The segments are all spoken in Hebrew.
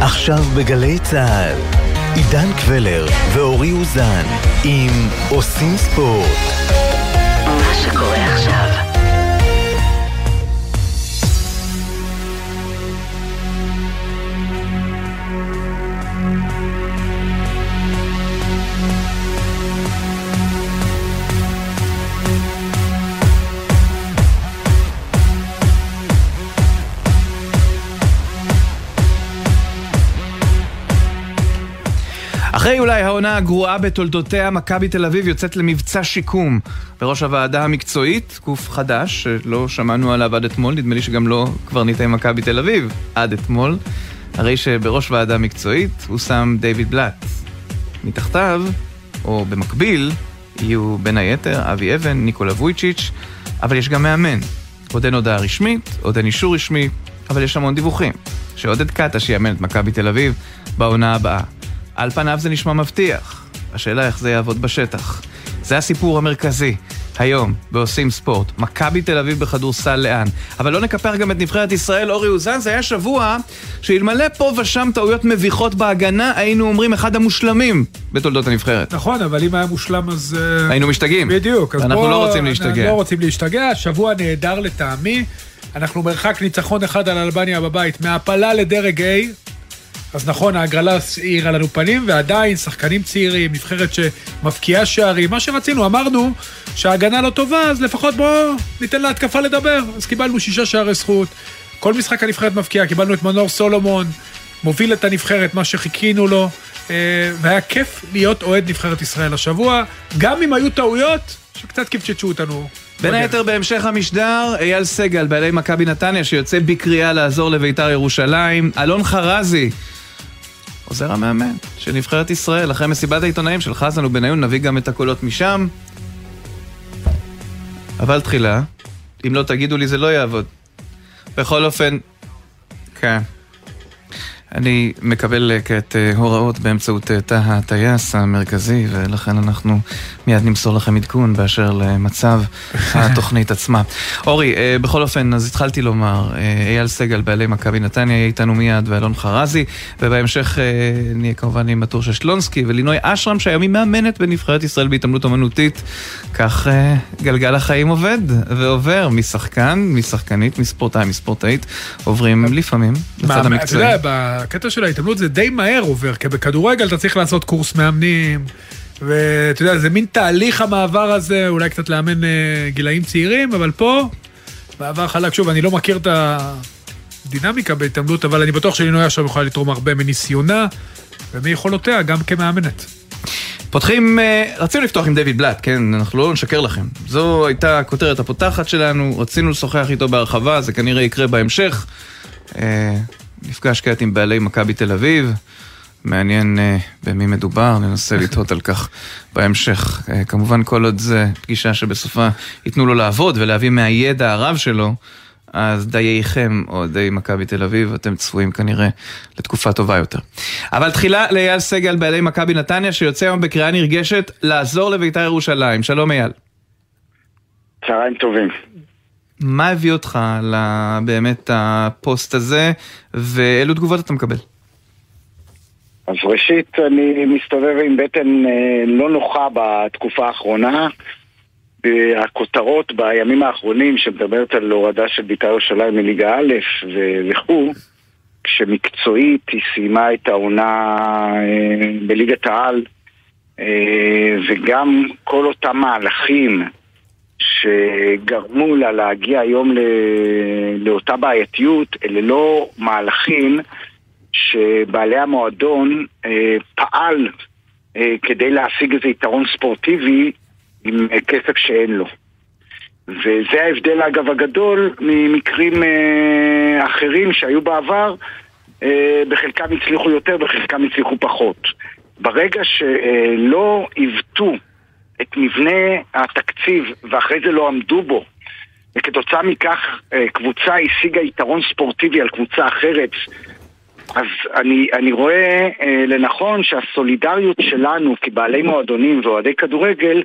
עכשיו בגלי צהל, עידן קבלר ואורי אוזן עם עושים ספורט. מה שקורה עכשיו. אחרי אולי העונה הגרועה בתולדותיה, מכבי תל אביב יוצאת למבצע שיקום. בראש הוועדה המקצועית, גוף חדש, שלא שמענו עליו עד אתמול, נדמה לי שגם לא קברניטי מכבי תל אביב עד אתמול, הרי שבראש ועדה מקצועית הוא שם דיוויד בלאט. מתחתיו, או במקביל, יהיו בין היתר אבי אבן, ניקולה וויצ'יץ', אבל יש גם מאמן. עוד אין הודעה רשמית, עוד אין אישור רשמי, אבל יש המון דיווחים. שעודד קאטה שיאמן את מכבי תל אביב בעונה הבאה. על פניו זה נשמע מבטיח. השאלה איך זה יעבוד בשטח. זה הסיפור המרכזי. היום, בעושים ספורט. מכבי תל אביב בכדורסל לאן. אבל לא נקפח גם את נבחרת ישראל. אורי אוזן, זה היה שבוע שאלמלא פה ושם טעויות מביכות בהגנה, היינו אומרים אחד המושלמים בתולדות הנבחרת. נכון, אבל אם היה מושלם אז... היינו משתגעים. בדיוק. אנחנו לא רוצים להשתגע. לא רוצים להשתגע. שבוע נהדר לטעמי. אנחנו מרחק ניצחון אחד על אלבניה בבית. מהפלה לדרג A. אז נכון, ההגרלה העירה לנו פנים, ועדיין שחקנים צעירים, נבחרת שמפקיעה שערים, מה שרצינו, אמרנו שההגנה לא טובה, אז לפחות בואו ניתן לה התקפה לדבר, אז קיבלנו 6 שערי זכות, כל משחק הנבחרת מפקיעה, קיבלנו את מנור סולומון, מוביל את הנבחרת, מה שחיכינו לו, והיה כיף להיות אוהד נבחרת ישראל השבוע, גם אם היו טעויות שקצת קפצ'צ'ו אותנו. בין היתר בהמשך המשדר, אייל סגל, בעלי מכבי נתניה, שיוצא בקריאה לעזור לבית"ר ירושלים, אלון חרזי, עוזר המאמן של נבחרת ישראל. אחרי מסיבת העיתונאים של חזן ובניון נביא גם את הקולות משם. אבל תחילה, אם לא תגידו לי זה לא יעבוד. בכל אופן, כן. אני מקבל כעת הוראות באמצעות תא הטייס המרכזי, ולכן אנחנו מיד נמסור לכם עדכון באשר למצב התוכנית עצמה. אורי, בכל אופן, אז התחלתי לומר, אייל סגל, בעלי מכבי נתניה, יהיה איתנו מיד, ואלון חרזי, ובהמשך נהיה כמובן עם מטור ששלונסקי, ולינוי אשרם, שהימים מאמנת בנבחרת ישראל בהתעמלות אמנותית. כך גלגל החיים עובד ועובר משחקן, משחקנית, מספורטאי, מספורטאית, עוברים לפעמים לצד המקצועי. הקטע של ההתעמלות זה די מהר עובר, כי בכדורגל אתה צריך לעשות קורס מאמנים, ואתה יודע, זה מין תהליך המעבר הזה, אולי קצת לאמן גילאים צעירים, אבל פה, מעבר חלק, שוב, אני לא מכיר את הדינמיקה בהתעמלות, אבל אני בטוח שלינוי עכשיו יכולה לתרום הרבה מניסיונה, ומיכולותיה גם כמאמנת. פותחים, רצינו לפתוח עם דיוויד בלאט, כן, אנחנו לא נשקר לכם. זו הייתה הכותרת הפותחת שלנו, רצינו לשוחח איתו בהרחבה, זה כנראה יקרה בהמשך. נפגש כעת עם בעלי מכבי תל אביב, מעניין במי מדובר, ננסה לתהות על כך בהמשך. כמובן כל עוד זה פגישה שבסופה ייתנו לו לעבוד ולהביא מהידע הרב שלו, אז דייכם או די מכבי תל אביב, אתם צפויים כנראה לתקופה טובה יותר. אבל תחילה לאייל סגל, בעלי מכבי נתניה, שיוצא היום בקריאה נרגשת לעזור לבית"ר ירושלים. שלום אייל. צהריים טובים. מה הביא אותך באמת הפוסט הזה, ואילו תגובות אתה מקבל? אז ראשית, אני מסתובב עם בטן לא נוחה בתקופה האחרונה. הכותרות בימים האחרונים שמדברת על הורדה של בית"ר ירושלים מליגה א' וכו', כשמקצועית היא סיימה את העונה בליגת העל, וגם כל אותם מהלכים שגרמו לה להגיע היום לאותה בעייתיות, אלה לא מהלכים שבעלי המועדון פעל כדי להשיג איזה יתרון ספורטיבי עם כסף שאין לו. וזה ההבדל אגב הגדול ממקרים אחרים שהיו בעבר, בחלקם הצליחו יותר, בחלקם הצליחו פחות. ברגע שלא עיוותו את מבנה התקציב ואחרי זה לא עמדו בו, וכתוצאה מכך קבוצה השיגה יתרון ספורטיבי על קבוצה אחרת, אז אני רואה לנכון שהסולידריות שלנו כבעלי מועדונים ואוהדי כדורגל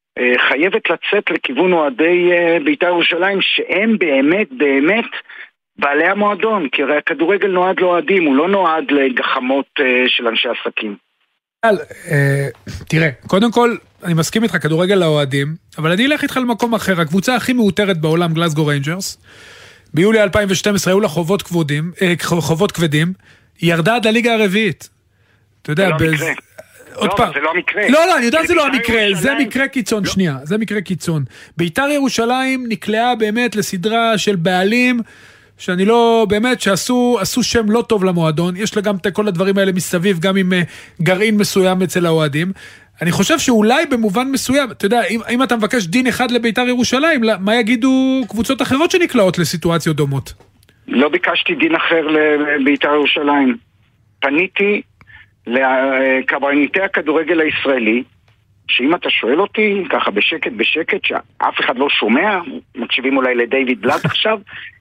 חייבת לצאת לכיוון אוהדי בית"ר ירושלים, שהם באמת בעלי המועדון, כי הרי הכדורגל נועד לאוהדים, הוא לא נועד לגחמות של אנשי עסקים. תראה, קודם כל, אני מסכים איתך, כדורגל לאוהדים, אבל אני אלך איתך למקום אחר, הקבוצה הכי מאותרת בעולם, גלאסגו ריינג'רס, ביולי 2012 היו לה חובות כבדים, היא ירדה עד לליגה הרביעית. אתה יודע, זה לא המקרה. לא, אני יודע שזה לא המקרה, זה מקרה קיצון, שנייה, זה מקרה קיצון. בית"ר ירושלים נקלעה באמת לסדרה של בעלים, שאני לא, באמת, שעשו שם לא טוב למועדון, יש לה גם את כל הדברים האלה מסביב, גם עם גרעין מסוים אצל האוהדים. אני חושב שאולי במובן מסוים, אתה יודע, אם אתה מבקש דין אחד לבית"ר ירושלים, מה יגידו קבוצות אחרות שנקלעות לסיטואציות דומות? לא ביקשתי דין אחר לבית"ר ירושלים. פניתי לקברניטי הכדורגל הישראלי, שאם אתה שואל אותי, ככה בשקט, שאף אחד לא שומע, מקשיבים אולי לדיוויד בלאט עכשיו,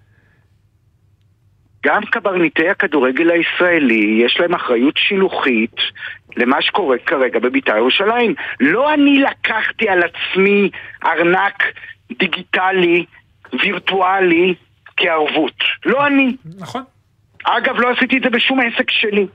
גם קברניטי הכדורגל הישראלי, יש להם אחריות שילוחית למה שקורה כרגע בבית"ר ירושלים. לא אני לקחתי על עצמי ארנק דיגיטלי, וירטואלי, כערבות. לא אני. נכון. אגב, לא עשיתי את זה בשום עסק שלי.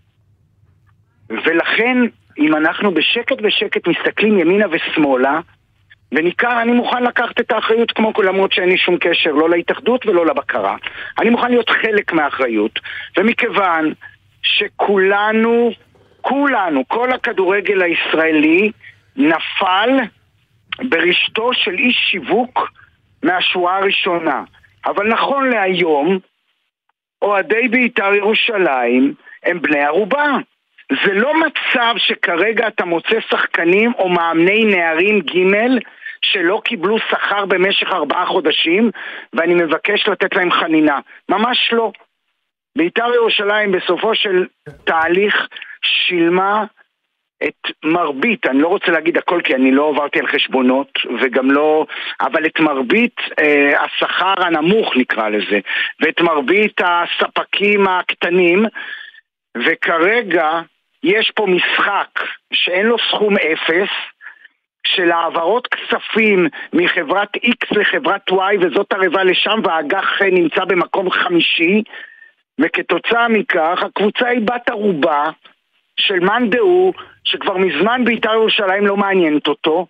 ולכן, אם אנחנו בשקט מסתכלים ימינה ושמאלה, וניכר, אני מוכן לקחת את האחריות כמו למרות שאין לי שום קשר, לא להתאחדות ולא לבקרה. אני מוכן להיות חלק מהאחריות. ומכיוון שכולנו, כל הכדורגל הישראלי נפל ברשתו של איש שיווק מהשורה הראשונה. אבל נכון להיום, אוהדי בית"ר ירושלים הם בני ערובה. זה לא מצב שכרגע אתה מוצא שחקנים או מאמני נערים ג' שלא קיבלו שכר במשך 4 חודשים, ואני מבקש לתת להם חנינה. ממש לא. בית"ר ירושלים בסופו של תהליך שילמה את מרבית, אני לא רוצה להגיד הכל כי אני לא עברתי על חשבונות, וגם לא, אבל את מרבית השכר הנמוך נקרא לזה, ואת מרבית הספקים הקטנים, וכרגע יש פה משחק שאין לו סכום אפס, של העברות כספים מחברת X לחברת Y, וזאת הרבע לשם, והאג"ח נמצא במקום 5, וכתוצאה מכך הקבוצה היא בת ערובה של מאן דהוא, שכבר מזמן בית"ר ירושלים לא מעניינת אותו,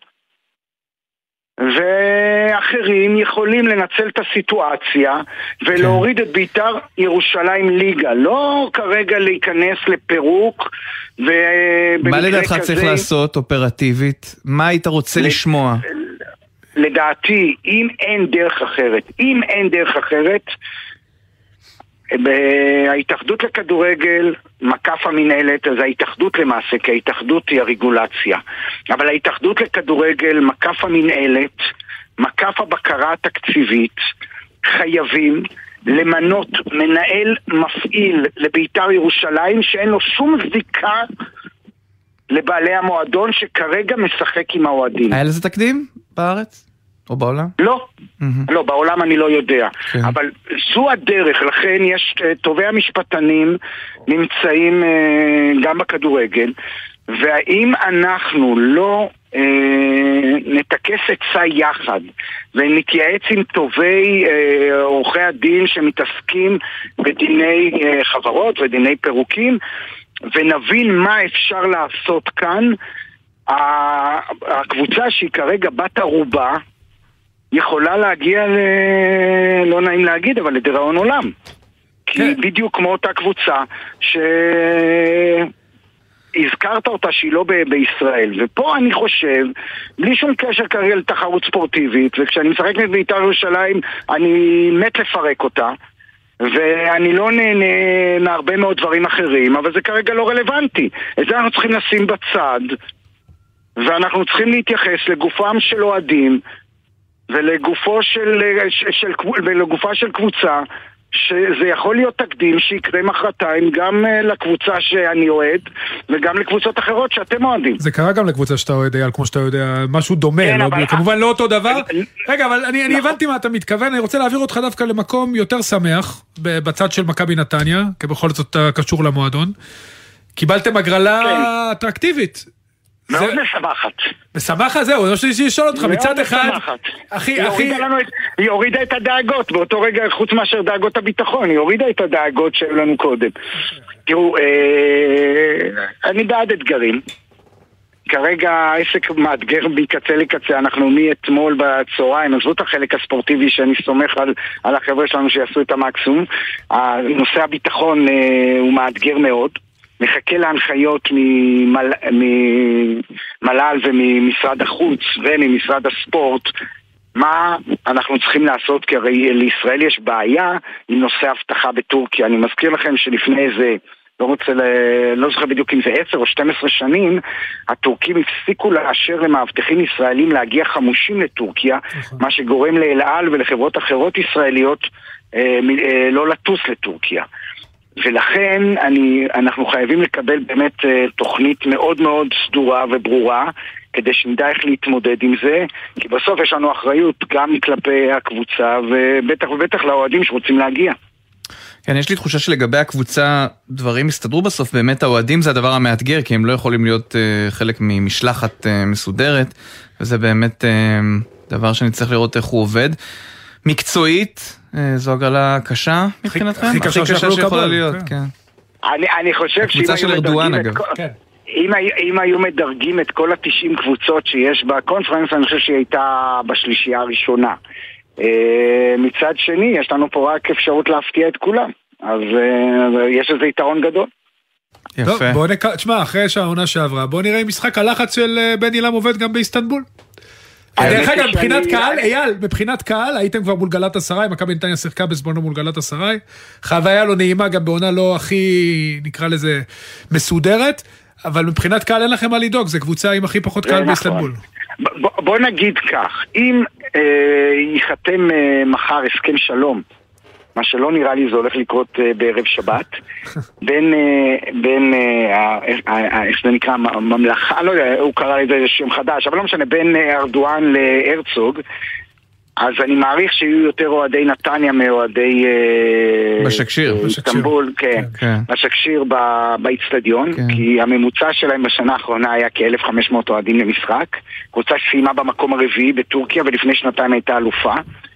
ואחרים יכולים לנצל את הסיטואציה ולהוריד את בית"ר ירושלים ליגה, לא כרגע להיכנס לפירוק. מה לדעתך צריך לעשות אופרטיבית? מה היית רוצה לשמוע? לדעתי, אם אין דרך אחרת, ההתאחדות לכדורגל מקף המנהלת, אז ההתאחדות למעשה, כי ההתאחדות היא הרגולציה, אבל ההתאחדות לכדורגל מקף המנהלת, מקף הבקרה התקציבית, חייבים למנות מנהל מפעיל לבית"ר ירושלים שאין לו שום זיקה לבעלי המועדון שכרגע משחק עם האוהדים. היה לזה תקדים בארץ? או בעולם? לא, לא, בעולם אני לא יודע, אבל זו הדרך, לכן יש טובי המשפטנים נמצאים גם בכדורגל, והאם אנחנו לא נתקס עצה יחד ונתייעץ עם טובי עורכי הדין שמתעסקים בדיני חברות ודיני פירוקים, ונבין מה אפשר לעשות כאן, הקבוצה שהיא כרגע בת ערובה יכולה להגיע לא נעים להגיד, אבל לדיראון עולם. כי בדיוק כמו אותה קבוצה שהזכרת אותה שהיא לא בישראל. ופה אני חושב, בלי שום קשר כרגע לתחרות ספורטיבית, וכשאני משחק בבית"ר ירושלים, אני מת לפרק אותה, ואני לא נהנה מהרבה מאוד דברים אחרים, אבל זה כרגע לא רלוונטי. את זה אנחנו צריכים לשים בצד, ואנחנו צריכים להתייחס לגופם של אוהדים, ולגופה של קבוצה, שזה יכול להיות תקדים שיקרה מחרתיים גם לקבוצה שאני אוהד וגם לקבוצות אחרות שאתם אוהדים. זה קרה גם לקבוצה שאתה אוהד, אייל, כמו שאתה יודע, משהו דומה, כמובן לא אותו דבר. רגע, אבל אני הבנתי מה אתה מתכוון, אני רוצה להעביר אותך דווקא למקום יותר שמח, בצד של מכבי נתניה, כי בכל זאת אתה קשור למועדון. קיבלתם הגרלה אטרקטיבית. מאוד משמחת. משמחת זהו, אני חושב לשאול אותך, מצד אחד, היא הורידה את הדאגות, באותו רגע, חוץ מאשר דאגות הביטחון, היא הורידה את הדאגות שהיו לנו קודם. תראו, אני בעד אתגרים. כרגע העסק מאתגר מקצה לקצה, אנחנו מאתמול בצהריים, עזבו את החלק הספורטיבי שאני סומך על החבר'ה שלנו שיעשו את המקסימום. נושא הביטחון הוא מאתגר מאוד. מחכה להנחיות ממל"ל וממשרד החוץ וממשרד הספורט מה אנחנו צריכים לעשות, כי הרי לישראל יש בעיה עם נושא הבטחה בטורקיה. אני מזכיר לכם שלפני איזה, לא זוכר בדיוק אם זה 10 או 12 שנים, הטורקים הפסיקו לאשר למאבטחים ישראלים להגיע חמושים לטורקיה, מה שגורם לאל על ולחברות אחרות ישראליות לא לטוס לטורקיה. ולכן אנחנו חייבים לקבל באמת תוכנית מאוד מאוד סדורה וברורה, כדי שנדע איך להתמודד עם זה, כי בסוף יש לנו אחריות גם כלפי הקבוצה, ובטח ובטח לאוהדים שרוצים להגיע. כן, יש לי תחושה שלגבי הקבוצה דברים הסתדרו בסוף, באמת האוהדים זה הדבר המאתגר, כי הם לא יכולים להיות חלק ממשלחת מסודרת, וזה באמת דבר שאני צריך לראות איך הוא עובד. מקצועית, זו הגרלה קשה מבחינתכם? הכי קשה שיכולה להיות, כן. אני חושב הקבוצה של ארדואן אגב. אם היו מדרגים את כל 90 קבוצות שיש בקונפרנס, אני חושב שהיא הייתה בשלישייה הראשונה. מצד שני, יש לנו פה רק אפשרות להפתיע את כולם. אז יש איזה יתרון גדול. טוב, בוא תשמע, אחרי שהעונה שעברה, בוא נראה משחק הלחץ של בן אילם עובד גם באיסטנבול. דרך אגב, מבחינת קהל, אייל, מבחינת קהל, הייתם כבר מול גלת הסראי, מכבי נתניה שיחקה בזמנו מול גלת הסראי, חוויה לא נעימה, גם בעונה לא הכי, נקרא לזה, מסודרת, אבל מבחינת קהל אין לכם מה לדאוג, זה קבוצה עם הכי פחות קהל באיסטנבול. בוא נגיד כך, אם ייחתם מחר הסכם שלום, מה שלא נראה לי זה הולך לקרות בערב שבת, בין איך זה נקרא, ממלכה, לא יודע, הוא קרא לזה שם חדש, אבל לא משנה, בין ארדואן להרצוג, אז אני מעריך שיהיו יותר אוהדי נתניה מאוהדי בשקשיר, איסטנבול, כן, בשקשיר באצטדיון, כי הממוצע שלהם בשנה האחרונה היה כ-1,500 אוהדים למשחק, קבוצה סיימה במקום הרביעי בטורקיה ולפני שנתיים הייתה אלופה,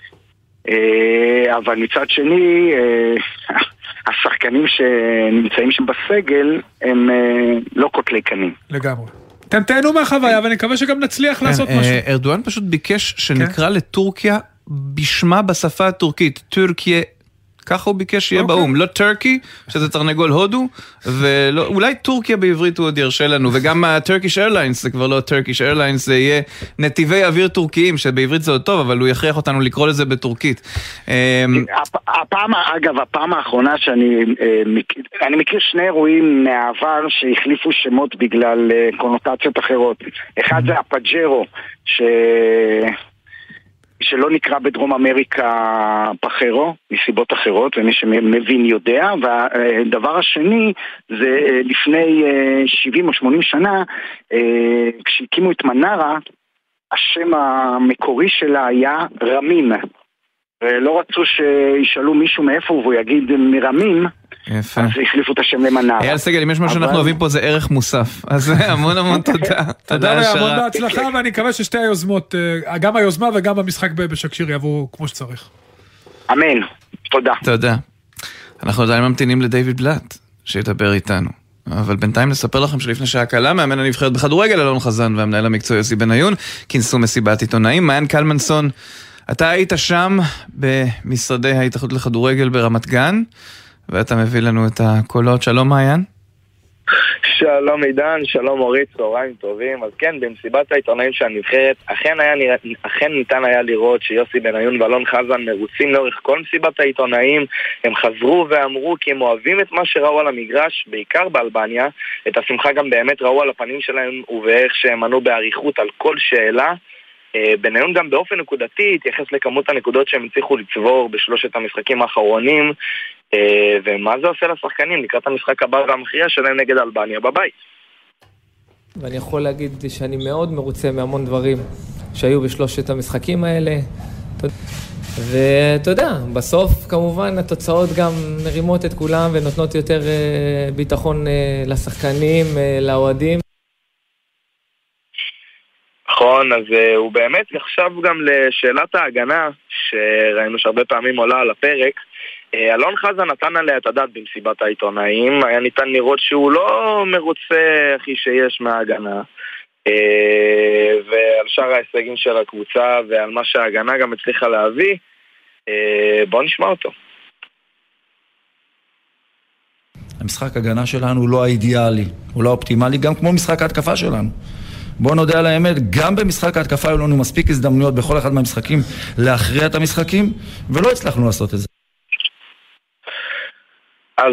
אבל מצד שני השחקנים שנמצאים שם בסגל הם לא קוטלי קנים לגמרי. אתם תהנו מהחוויה ואני מקווה שגם נצליח לעשות משהו. ארדואן פשוט ביקש שנקרא לטורקיה בשמה בשפה הטורקית, טורקיה, ככה הוא ביקש שיהיה באום, לא טורקי, שזה תרנגול הודו, ואולי טורקיה בעברית הוא עוד ירשה לנו, וגם ה-Turkish Airlines, זה כבר לא Turkish Airlines, זה יהיה נתיבי אוויר טורקיים, שבעברית זה עוד טוב, אבל הוא יכריח אותנו לקרוא לזה בטורקית. הפעם האחרונה אני מכיר שני אירועים מהעבר שהחליפו שמות בגלל קונוטציות אחרות. אחד זה הפג'רו, שלא נקרא בדרום אמריקה פחרו, מסיבות אחרות, ומי שמבין יודע, והדבר השני זה לפני 70 או 80 שנה, כשהקימו את מנרה, השם המקורי שלה היה רמים, ולא רצו שישאלו מישהו מאיפה הוא יגיד מרמים, יפה. אז החליפו את השם למנרה. אייל סגל, אם יש מה שאנחנו אוהבים פה זה ערך מוסף, אז המון תודה. תודה והמון בהצלחה, ואני מקווה ששתי היוזמות, גם היוזמה וגם המשחק בשקשיר יעברו כמו שצריך. אמן, תודה. תודה. אנחנו עדיין ממתינים לדיוויד בלאט, שידבר איתנו. אבל בינתיים נספר לכם שלפני שעה קלה, מאמן הנבחרת בכדורגל אלון חזן והמנהל המקצועי יוסי בניון, כינסו מסיבת עיתונאים. מעיין קלמנסון, אתה היית שם במשרדי ההתאחדות לכדורגל ברמת גן, ואתה מביא לנו את הקולות. שלום מעיין. שלום עידן, שלום אורית, צהריים טובים. אז כן, במסיבת העיתונאים של הנבחרת, אכן ניתן היה לראות שיוסי בניון ואלון חזן מרוצים לאורך כל מסיבת העיתונאים. הם חזרו ואמרו כי הם אוהבים את מה שראו על המגרש, בעיקר באלבניה. את השמחה גם באמת ראו על הפנים שלהם ובאיך שהם ענו בעריכות על כל שאלה. בניון גם באופן נקודתי התייחס לכמות הנקודות שהם הצליחו לצבור בשלושת המשחקים האחרונים, ומה זה עושה לשחקנים לקראת המשחק הבא והמכריע שלהם נגד אלבניה בבית. ואני יכול להגיד שאני מאוד מרוצה מהמון דברים שהיו בשלושת המשחקים האלה, ואתה יודע, בסוף כמובן התוצאות גם מרימות את כולם ונותנות יותר ביטחון לשחקנים, לאוהדים. נכון, אז הוא באמת עכשיו גם לשאלת ההגנה, שראינו שהרבה פעמים עולה על הפרק. אלון חזן נתן עליה את הדעת במסיבת העיתונאים, היה ניתן לראות שהוא לא מרוצה הכי שיש מההגנה, ועל שאר ההישגים של הקבוצה ועל מה שההגנה גם הצליחה להביא. בואו נשמע אותו. המשחק הגנה שלנו הוא לא האידיאלי, הוא לא אופטימלי, גם כמו משחק ההתקפה שלנו. בואו נודה על האמת, גם במשחק ההתקפה היו לנו מספיק הזדמנויות בכל אחד מהמשחקים להכריע את המשחקים, ולא הצלחנו לעשות את זה. אז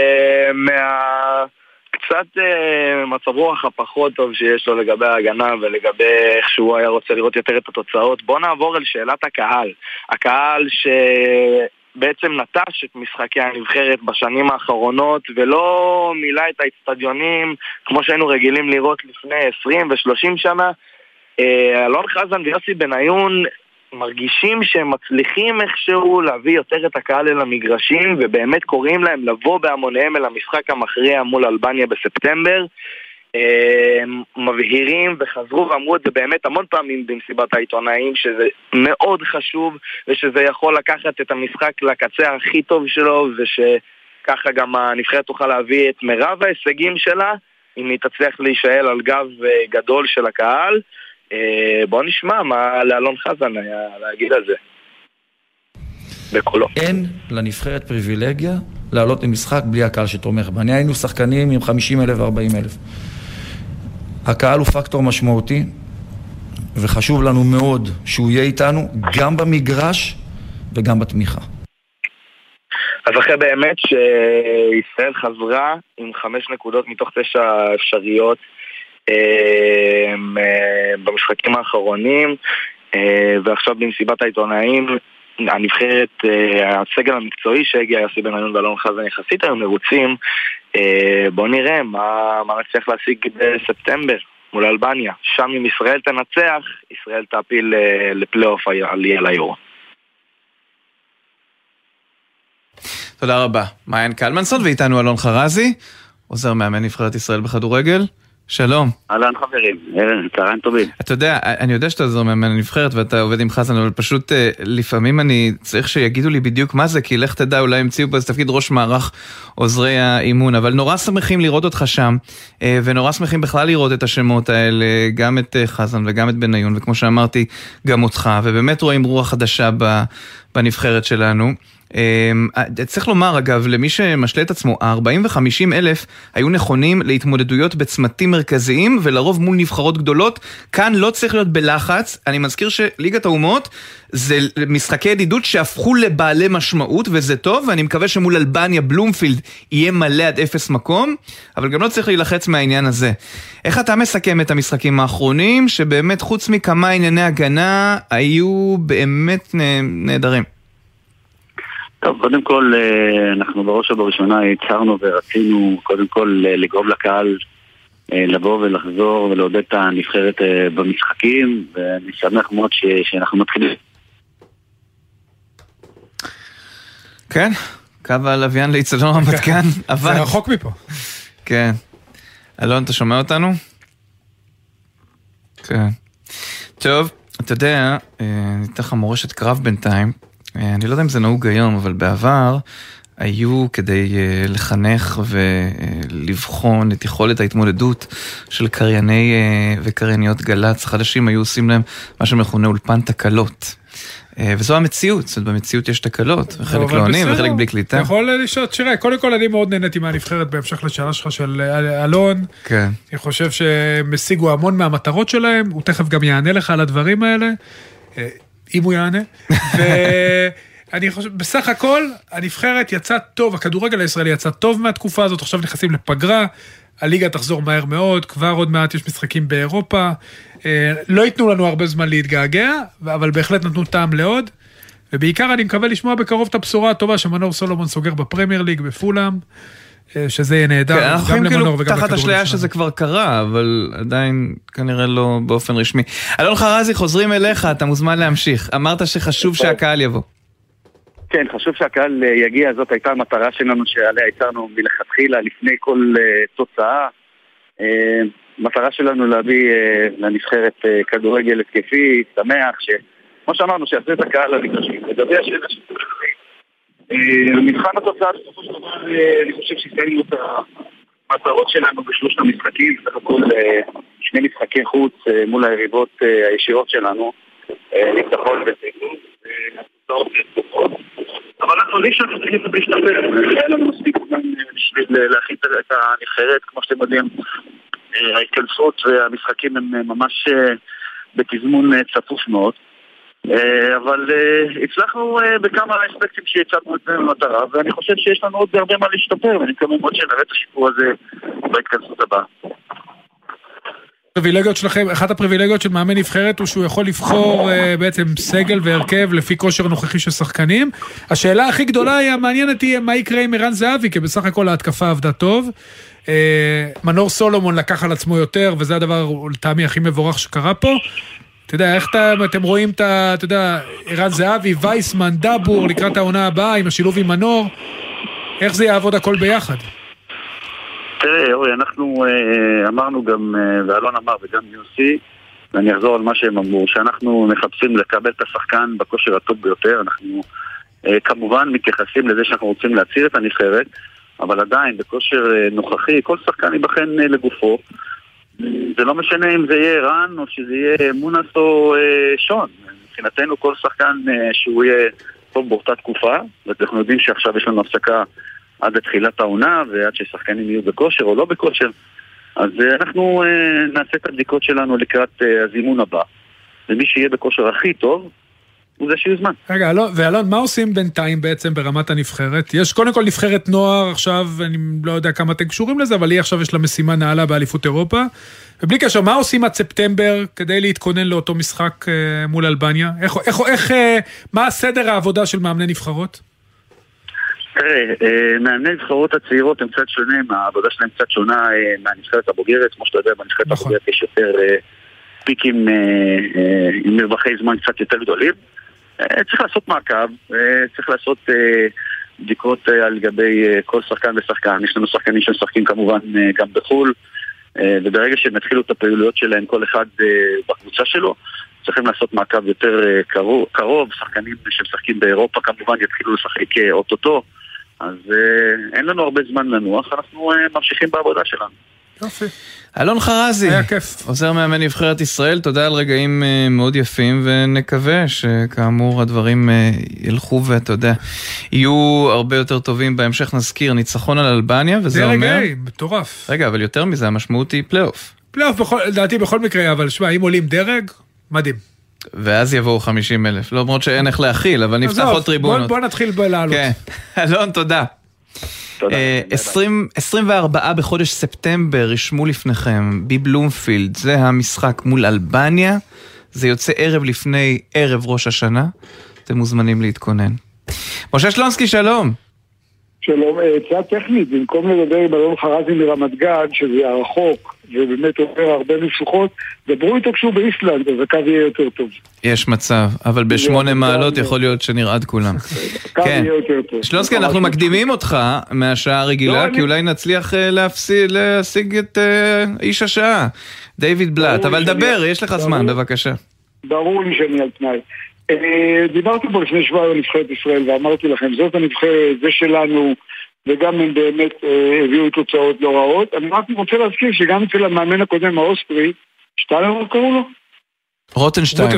קצת מצב רוח הפחות טוב שיש לו לגבי ההגנה ולגבי איך שהוא היה רוצה לראות יותר את התוצאות, בואו נעבור אל שאלת הקהל. הקהל שבעצם נטש את משחקי הנבחרת בשנים האחרונות ולא מילא את האצטדיונים כמו שהיינו רגילים לראות לפני 20 ו-30 שנה. אלון חזן ויוסי בניון מרגישים שהם מצליחים איכשהו להביא יותר את הקהל אל המגרשים, ובאמת קוראים להם לבוא בהמוניהם אל המשחק המכריע מול אלבניה בספטמבר. מבהירים וחזרו ואמרו את זה באמת המון פעמים במסיבת העיתונאים, שזה מאוד חשוב ושזה יכול לקחת את המשחק לקצה הכי טוב שלו, ושככה גם הנבחרת תוכל להביא את מרב ההישגים שלה אם היא תצליח להישאל על גב גדול של הקהל. בוא נשמע מה לאלון חזן היה להגיד על זה בקולו. אין לנבחרת פריבילגיה לעלות למשחק בלי הקהל שתומך בה. היינו שחקנים עם 50,000 ו-40,000. הקהל הוא פקטור משמעותי וחשוב לנו מאוד שהוא יהיה איתנו גם במגרש וגם בתמיכה. אז אחרי באמת שישראל חזרה עם 5 נקודות מתוך 9 אפשריות במשחקים האחרונים, ועכשיו במסיבת העיתונאים הנבחרת, הסגל המקצועי שהגיע יוסי בניון ואלון חזן יחסית היום מרוצים. בואו נראה מה נצליח להשיג בספטמבר מול אלבניה. שם אם ישראל תנצח, ישראל תעפיל לפלייאוף על היורו. תודה רבה. מעיין קלמנסון, ואיתנו אלון חרזי, עוזר מאמן נבחרת ישראל בכדורגל. שלום. אהלן חברים, צהריים טובים. אתה יודע, אני יודע שאתה עוזר מאמן הנבחרת ואתה עובד עם חזן, אבל פשוט לפעמים אני צריך שיגידו לי בדיוק מה זה, כי לך תדע, אולי המציאו פה איזה תפקיד ראש מערך עוזרי האימון, אבל נורא שמחים לראות אותך שם, ונורא שמחים בכלל לראות את השמות האלה, גם את חזן וגם את בניון, וכמו שאמרתי, גם אותך, ובאמת רואים רוח חדשה בנבחרת שלנו. צריך לומר אגב, למי שמשלה את עצמו, 40,000 היו נכונים להתמודדויות בצמתים מרכזיים ולרוב מול נבחרות גדולות. כאן לא צריך להיות בלחץ. אני מזכיר שליגת האומות זה משחקי ידידות שהפכו לבעלי משמעות, וזה טוב, ואני מקווה שמול אלבניה בלומפילד יהיה מלא עד 0 מקום, אבל גם לא צריך להילחץ מהעניין הזה. איך אתה מסכם את המשחקים האחרונים שבאמת חוץ מכמה ענייני הגנה היו באמת נהדרים? טוב, קודם כל, אנחנו בראש ובראשונה הצהרנו ורצינו קודם כל לגרום לקהל לבוא ולחזור ולעודד את הנבחרת במשחקים, ואני שמח מאוד שאנחנו מתחילים. כן, קו הלוויין לאצטדיון רמת גן, אבל... זה רחוק מפה. כן. אלון, אתה שומע אותנו? כן. טוב, אתה יודע, ניתן לך מורשת קרב בינתיים. אני לא יודע אם זה נהוג היום, אבל בעבר היו כדי לחנך ולבחון את יכולת ההתמודדות של קרייני וקרייניות גלץ חדשים, היו עושים להם מה שמכונה אולפן תקלות. וזו המציאות, זאת אומרת, במציאות יש תקלות, וחלק לא עונים וחלק בלי קליטה. יכול לשאול, שירי, קודם כל אני מאוד נהניתי מהנבחרת בהמשך לשאלה שלך של אלון. כן. אני חושב שהם השיגו המון מהמטרות שלהם, הוא תכף גם יענה לך על הדברים האלה. אם הוא יענה, ואני חושב, בסך הכל, הנבחרת יצא טוב, הכדורגל הישראלי יצא טוב מהתקופה הזאת, עכשיו נכנסים לפגרה, הליגה תחזור מהר מאוד, כבר עוד מעט יש משחקים באירופה, לא ייתנו לנו הרבה זמן להתגעגע, אבל בהחלט נתנו טעם לעוד, ובעיקר אני מקווה לשמוע בקרוב את הבשורה הטובה, שמנור סולומון סוגר בפרמייר ליג בפולאם, שזה יהיה נהדר, אנחנו יכולים כאילו תחת השליה שזה כבר קרה, אבל עדיין כנראה לא באופן רשמי. אלון חרזי, חוזרים אליך, אתה מוזמן להמשיך. אמרת שחשוב שהקהל יבוא. כן, חשוב שהקהל יגיע, זאת הייתה המטרה שלנו שעליה הצרנו מלכתחילה לפני כל תוצאה. המטרה שלנו להביא לנבחרת כדורגל התקפי, שמח, כמו שאמרנו, שיעשה את הקהל למגרשים. לגבי השאלה של מבחן התוצאה, בסופו של דבר, אני חושב שסיימנו את המטרות שלנו בשלושת המשחקים, בסך הכל שני משחקי חוץ מול היריבות הישירות שלנו, ניצחון ותיקו, אבל אנחנו לא צריכים להשתפר, היה לנו מספיק בשביל להכין את הנבחרת, כמו שאתם יודעים, ההתכנסות והמשחקים הם ממש בתזמון צפוף מאוד, אבל הצלחנו בכמה אספקטים שהצענו את זה במטרה, ואני חושב שיש לנו עוד הרבה מה להשתפר, ואני מקווה מאוד שנראה את השיפור הזה בהתכנסות הבאה. הפריבילגיות שלכם, אחת הפריבילגיות של מאמן נבחרת הוא שהוא יכול לבחור בעצם סגל והרכב לפי כושר נוכחי של שחקנים. השאלה הכי גדולה היא המעניינת היא מה יקרה עם ערן זהבי, כי בסך הכל ההתקפה עבדה טוב. מנור סולומון לקח על עצמו יותר, וזה הדבר לטעמי הכי מבורך שקרה פה. אתה יודע, איך אתם רואים את, אתה יודע, ערן זהבי, וייסמן, דאבור, לקראת העונה הבאה, עם השילוב עם מנור, איך זה יעבוד הכל ביחד? תראה, אורי, אנחנו אמרנו גם, ואלון אמר וגם יוסי, ואני אחזור על מה שהם אמרו, שאנחנו מחפשים לקבל את השחקן בכושר הטוב ביותר, אנחנו כמובן מתייחסים לזה שאנחנו רוצים להציר את הנבחרת, אבל עדיין בכושר נוכחי, כל שחקן ייבחן לגופו, זה לא משנה אם זה יהיה רן או שזה יהיה מונס או שון, מבחינתנו כל שחקן שהוא יהיה טוב באותה תקופה, ואנחנו יודעים שעכשיו יש לנו הפסקה עד לתחילת העונה, ועד ששחקנים יהיו בכושר או לא בכושר, אז אנחנו נעשה את הבדיקות שלנו לקראת הזימון הבא, ומי שיהיה בכושר הכי טוב, הוא זה שיוזמן. רגע, ואלון, מה עושים בינתיים בעצם ברמת הנבחרת? יש קודם כל נבחרת נוער, עכשיו, אני לא יודע כמה אתם קשורים לזה, אבל היא עכשיו יש לה משימה נעלה באליפות אירופה, ובלי קשר, מה עושים עד ספטמבר כדי להתכונן לאותו משחק מול אלבניה? מה הסדר העבודה של מאמני נבחרות? תראה, מאמני נבחרות הצעירות הם קצת שונים, העבודה שלהם קצת שונה מהנבחרת הבוגרת, כמו שאתה יודע, בנבחרת הבוגרת יש יותר פיקים עם מרווחי זמן קצת יותר גדולים. צריך לעשות מעקב, צריך לעשות בדיקות על גבי כל שחקן ושחקן. יש לנו שחקנים שמשחקים כמובן גם בחול, וברגע שהם התחילו את הפעילויות שלהם כל אחד בקבוצה שלו, צריכים לעשות מעקב יותר קרוב. שחקנים שמשחקים באירופה כמובן יתחילו לשחק אוטוטו, אז אין לנו הרבה זמן לנוח, אנחנו ממשיכים בעבודה שלנו. יופי. אלון חרזי, עוזר מאמן נבחרת ישראל, תודה על רגעים מאוד יפים, ונקווה שכאמור הדברים ילכו ואתה יודע, יהיו הרבה יותר טובים בהמשך. נזכיר, ניצחון על אלבניה, וזה אומר... זה רגעים, מטורף. רגע, אבל יותר מזה, המשמעות היא פלייאוף. פלייאוף, לדעתי בכל מקרה, אבל שמע, אם עולים דרג, מדהים. ואז יבואו 50,000, לא אומרות שאין איך להכיל, אבל נפתח עוד טריבונות. בוא נתחיל בלעלות. כן, אלון, תודה. 24 בחודש ספטמבר רשמו לפניכם בבלומפילד, זה המשחק מול אלבניה, זה יוצא ערב לפני ערב ראש השנה, אתם מוזמנים להתכונן. משה שלונסקי, שלום. שלום, צעה טכנית, במקום לדבר עם אלון חרזי מרמת גן, שזה הרחוק ובאמת עובר הרבה משוכות, דברו איתו כשהוא באיסלנד, אז הקו יהיה יותר טוב. יש מצב, אבל ב8 מעלות יכול להיות שנרעד כולם. כן, שלונסקי, אנחנו מקדימים אותך מהשעה הרגילה, כי אולי נצליח להשיג את איש השעה, דיוויד בלאט, אבל דבר, יש לך זמן, בבקשה. ברור לי שאני על תנאי. דיברתי פה לפני שבוע על נבחרת ישראל ואמרתי לכם, זאת הנבחרת, זה שלנו, וגם הם באמת הביאו תוצאות לא רעות. אני רק רוצה להזכיר שגם אצל המאמן הקודם האוסטרי, שטיינר קראו לו? רוטנשטיינר.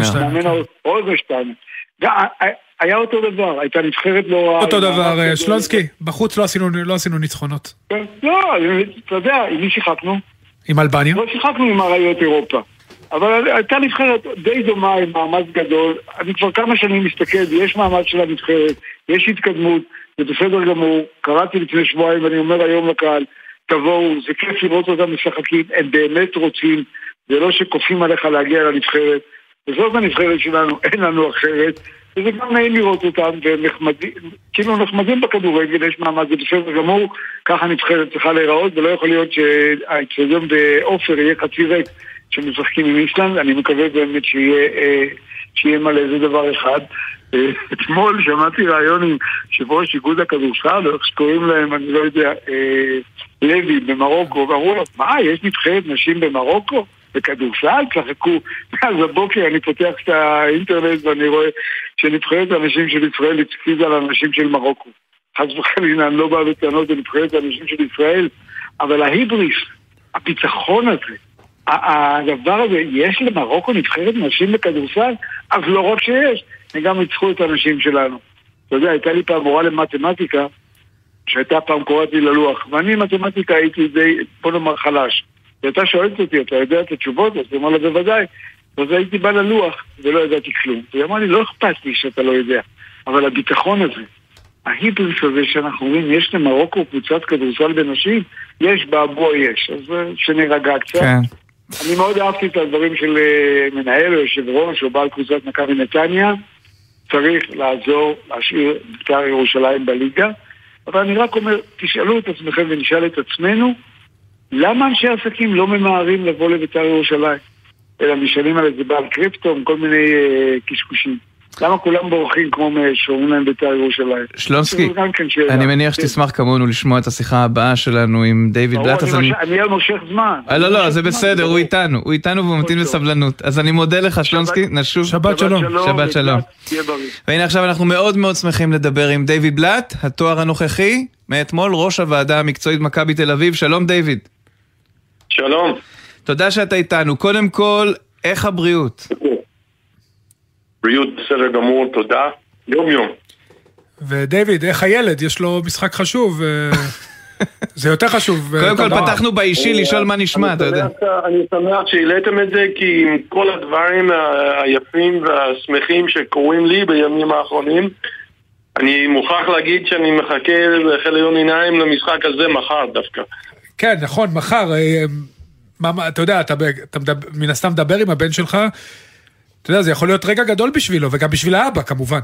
היה אותו דבר, הייתה נבחרת לא רעה. אותו דבר, שלונסקי, בחוץ לא עשינו ניצחונות. לא, אתה יודע, עם מי שיחקנו? עם אלבניה? לא שיחקנו עם אריות אירופה. אבל הייתה נבחרת די דומה עם מאמץ גדול. אני כבר כמה שנים מסתכל, יש מאמץ של הנבחרת, יש התקדמות, זה בסדר גמור. קראתי לפני שבועיים ואני אומר היום לקהל, תבואו, זה כיף לראות אותם משחקים, הם באמת רוצים, זה לא שקופים עליך להגיע לנבחרת, וזאת הנבחרת שלנו, אין לנו אחרת, וזה גם נעים לראות אותם, והם כאילו נחמדים בכדורגל, יש מאמץ, זה בסדר גמור, ככה הנבחרת צריכה להיראות, ולא יכול להיות שהאצטדיון באופר יהיה חצי ריק, שמשחקים עם איסלנד. אני מקווה באמת שיהיה מלא, זה דבר אחד. אתמול שמעתי רעיון עם שבראש איגוד הכדורסל, או איך שקוראים להם, אני לא יודע, לוי במרוקו, ואמרו לו, מה, יש נבחרת נשים במרוקו? בכדורסל? צחקו. אז בבוקר אני פותח את האינטרנט ואני רואה שנבחרת הנשים של ישראל הצפיזה על הנשים של מרוקו. חס וחלילה, אני לא בא בטענות לנבחרת הנשים של ישראל, אבל ההיבריס, הביטחון הזה, הדבר הזה, יש למרוקו נבחרת נשים בכדורסל? אז לא רק שיש, הם גם ניצחו את הנשים שלנו. אתה יודע, הייתה לי פעם מורה למתמטיקה, שהייתה פעם קוראת לי ללוח, ואני מתמטיקה הייתי די, בוא נאמר, חלש. ואתה שואלת אותי, אתה יודע את התשובות? אז היא אמרה לה בוודאי. אז הייתי בא ללוח, ולא ידעתי כלום. והיא אמרה לי, לא אכפת לי שאתה לא יודע. אבל הביטחון הזה, ההיבריס הזה שאנחנו אומרים, יש למרוקו קבוצת כדורסל בנשים, יש באבו יש. אז שנרגע קצת. כן. אני מאוד אהבתי את הדברים של מנהל או יושב ראש או בעל קבוצת מכבי נתניה. צריך לעזור, להשאיר בית"ר ירושלים בליגה. אבל אני רק אומר, תשאלו את עצמכם ונשאל את עצמנו, למה אנשי עסקים לא ממהרים לבוא לבית"ר ירושלים? אלא משנים על איזה בעל קריפטו, כל מיני קשקושים. למה כולם בורחים כמו שאומרים להם בית"ר ירושלים? שלונסקי, אני מניח שתשמח כמונו לשמוע את השיחה הבאה שלנו עם דיוויד בלאט. אני על מושך זמן. לא, זה בסדר, הוא איתנו והוא ממתין בסבלנות. אז אני מודה לך, שלונסקי, נשוב. שבת שלום. שבת שלום. והנה עכשיו אנחנו מאוד מאוד שמחים לדבר עם דיוויד בלאט, התואר הנוכחי, מאתמול ראש הוועדה המקצועית מכבי תל אביב. שלום דיוויד. שלום. תודה שאתה איתנו. קודם כל, איך הבריאות? בריאות בסדר גמור, תודה. יום. ודייוויד, איך הילד? יש לו משחק חשוב. זה יותר חשוב. קודם כל פתחנו באישי לשאול מה נשמע, אתה יודע. אני שמח שהעליתם את זה, כי עם כל הדברים היפים והשמחים שקורים לי בימים האחרונים, אני מוכרח להגיד שאני מחכה לחליון עיניים למשחק הזה מחר דווקא. כן, נכון, מחר. אתה יודע, אתה מן הסתם מדבר עם הבן שלך, אתה יודע, זה יכול להיות רגע גדול בשבילו, וגם בשביל האבא, כמובן.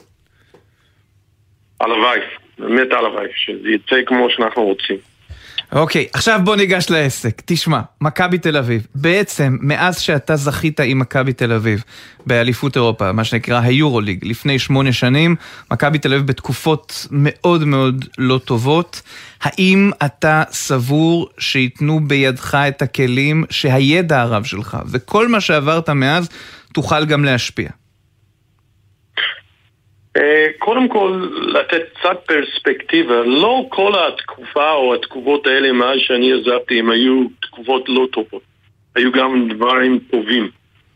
הלוואי, באמת הלוואי, שזה יצא כמו שאנחנו רוצים. אוקיי, עכשיו בוא ניגש לעסק. תשמע, מכבי תל אביב, בעצם מאז שאתה זכית עם מכבי תל אביב באליפות אירופה, מה שנקרא היורוליג, לפני 8 שנים, מכבי תל אביב בתקופות מאוד מאוד לא טובות. האם אתה סבור שיתנו בידך את הכלים שהידע הרב שלך וכל מה שעברת מאז תוכל גם להשפיע? קודם כל, לתת קצת פרספקטיבה, לא כל התקופה או התקופות האלה מאז שאני עזבתי, הם היו תקופות לא טובות. היו גם דברים טובים.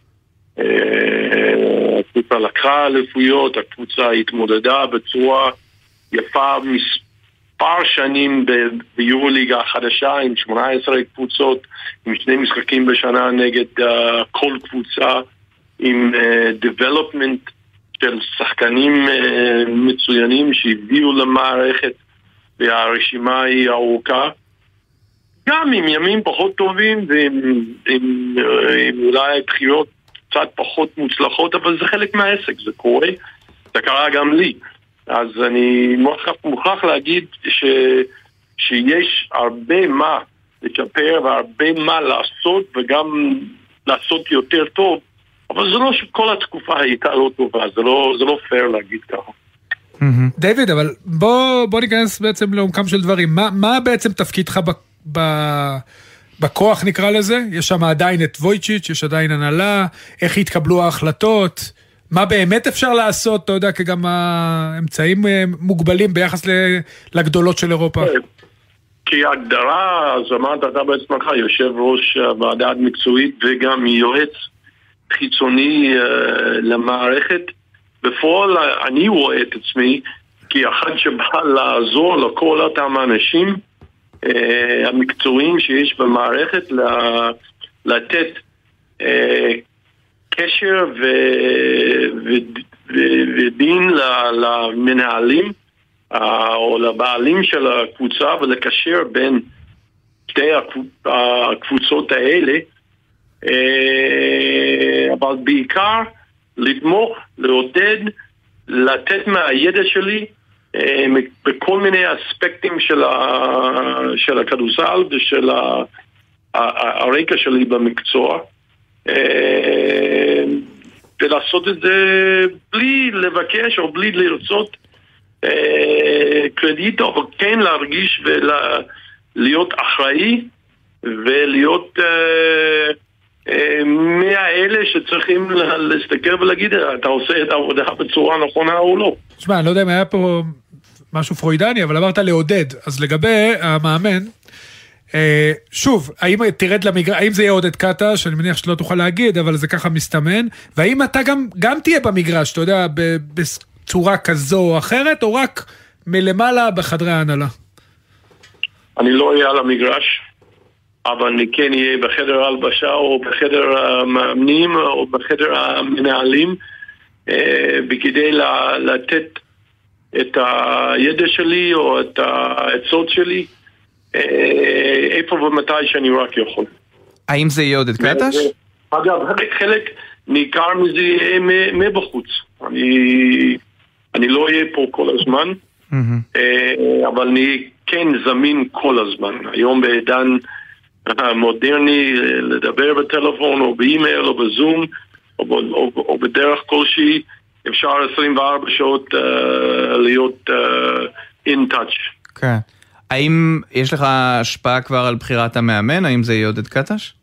הקבוצה לקחה אליפויות, הקבוצה התמודדה בצורה יפה מספר שנים ביורוליגה החדשה, עם 18 קבוצות, עם 2 משחקים בשנה נגד כל קבוצה, עם development של שחקנים מצוינים שהביאו למערכת, והרשימה היא ארוכה, גם עם ימים פחות טובים ועם אולי בחירות קצת פחות מוצלחות, אבל זה חלק מהעסק, זה קורה, זה קרה גם לי. אז אני מוכרח להגיד שיש הרבה מה לשפר והרבה מה לעשות, וגם לעשות יותר טוב, אבל זה לא שכל התקופה הייתה לא טובה, זה לא פייר להגיד ככה. דיוויד, אבל בוא ניכנס בעצם לעומקם של דברים. מה בעצם תפקידך בכוח נקרא לזה? יש שם עדיין את וויצ'יץ', יש עדיין הנהלה, איך התקבלו ההחלטות, מה באמת אפשר לעשות, אתה יודע, כי גם האמצעים מוגבלים ביחס לגדולות של אירופה. כי ההגדרה, אז אמרת אתה בעצמך, יושב ראש הוועדה המקצועית וגם יועץ חיצוני למערכת. בפועל אני רואה את עצמי כאחד שבא לעזור לכל אותם האנשים המקצועיים שיש במערכת, לתת קשר ודין למנהלים או לבעלים של הקבוצה, ולקשר בין שתי הקבוצות האלה, אבל בעיקר לתמוך, לעודד, לתת מהידע שלי בכל מיני אספקטים של הכדורסל ושל הרקע שלי במקצוע. ולעשות את זה בלי לבקש או בלי לרצות קרדיט, אבל כן להרגיש ולהיות אחראי ולהיות מהאלה שצריכים להסתכל ולהגיד אתה עושה את העבודה בצורה נכונה או לא. תשמע, אני לא יודע אם היה פה משהו פרוידני, אבל אמרת לעודד. אז לגבי המאמן, שוב, האם תרד למגרש, האם זה יהיה עודד קטה, שאני מניח שלא תוכל להגיד, אבל זה ככה מסתמן, והאם אתה גם תהיה במגרש, אתה יודע, בצורה כזו או אחרת, או רק מלמעלה בחדרי ההנהלה? אני לא אהיה על המגרש, אבל אני כן אהיה בחדר הלבשה, או בחדר המאמנים, או בחדר המנהלים, בכדי לתת את הידע שלי, או את העצות שלי, איפה ומתי שאני רק יכול. האם זה יהיה עודד קטש? אגב, חלק ניכר מזה יהיה מבחוץ. אני לא אהיה פה כל הזמן, אבל אני כן זמין כל הזמן. היום בעידן המודרני, לדבר בטלפון או באימייל או בזום או בדרך כלשהי, אפשר 24 שעות להיות in touch. כן. האם יש לך השפעה כבר על בחירת המאמן? האם זה יהיה עודד קטש?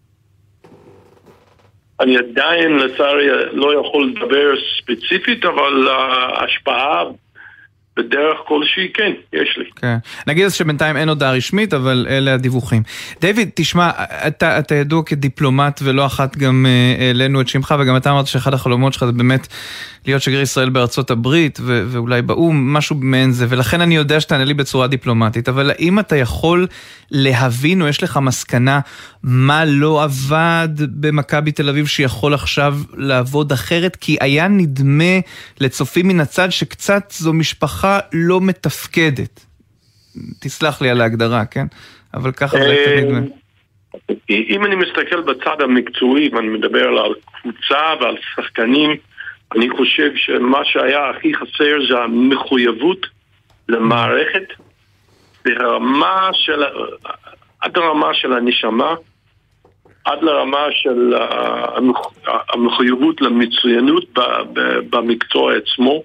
אני עדיין לצערי לא יכול לדבר ספציפית, אבל ההשפעה בדרך כלשהי כן, יש לי. כן. נגיד אז שבינתיים אין הודעה רשמית, אבל אלה הדיווחים. דיוויד, תשמע, אתה ידוע כדיפלומט ולא אחת גם העלינו את שמך, וגם אתה אמרת שאחד החלומות שלך זה באמת להיות שגריר ישראל בארצות הברית, ואולי באום, משהו מעין זה, ולכן אני יודע שתענה לי בצורה דיפלומטית, אבל האם אתה יכול להבין, או יש לך מסקנה, מה לא עבד במכבי תל אביב, שיכול עכשיו לעבוד אחרת? כי היה נדמה לצופים מן הצד, שקצת זו משפחה לא מתפקדת. תסלח לי על ההגדרה, כן? אבל ככה זה קצת נדמה. אם אני מסתכל בצד המקצועי, ואני מדבר על קבוצה ועל שחקנים, אני חושב שמה שהיה הכי חסר זה המחויבות למערכת ברמה של, עד לרמה של הנשמה, עד לרמה של המחויבות למצוינות במקצוע עצמו,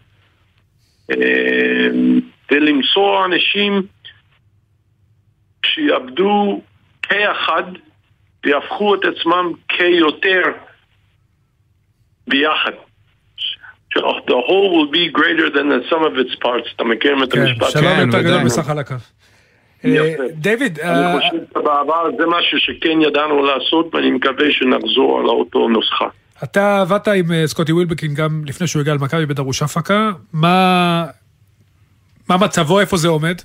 ולמצוא אנשים שיעבדו כאחד ויהפכו את עצמם כיותר ביחד. The whole will be greater than the sum of its parts. אתה מכיר את המשפט? שלום יותר גדול מסך חלקיו. דיוויד, אני חושב שבעבר זה משהו שכן ידענו לעשות, ואני מקווה שנחזור על אותו נוסחה. אתה עבדת עם סקוטי ווילבקין גם לפני שהוא הגע למכבי בדרוש הפקה. מה מצבו, איפה זה עומד?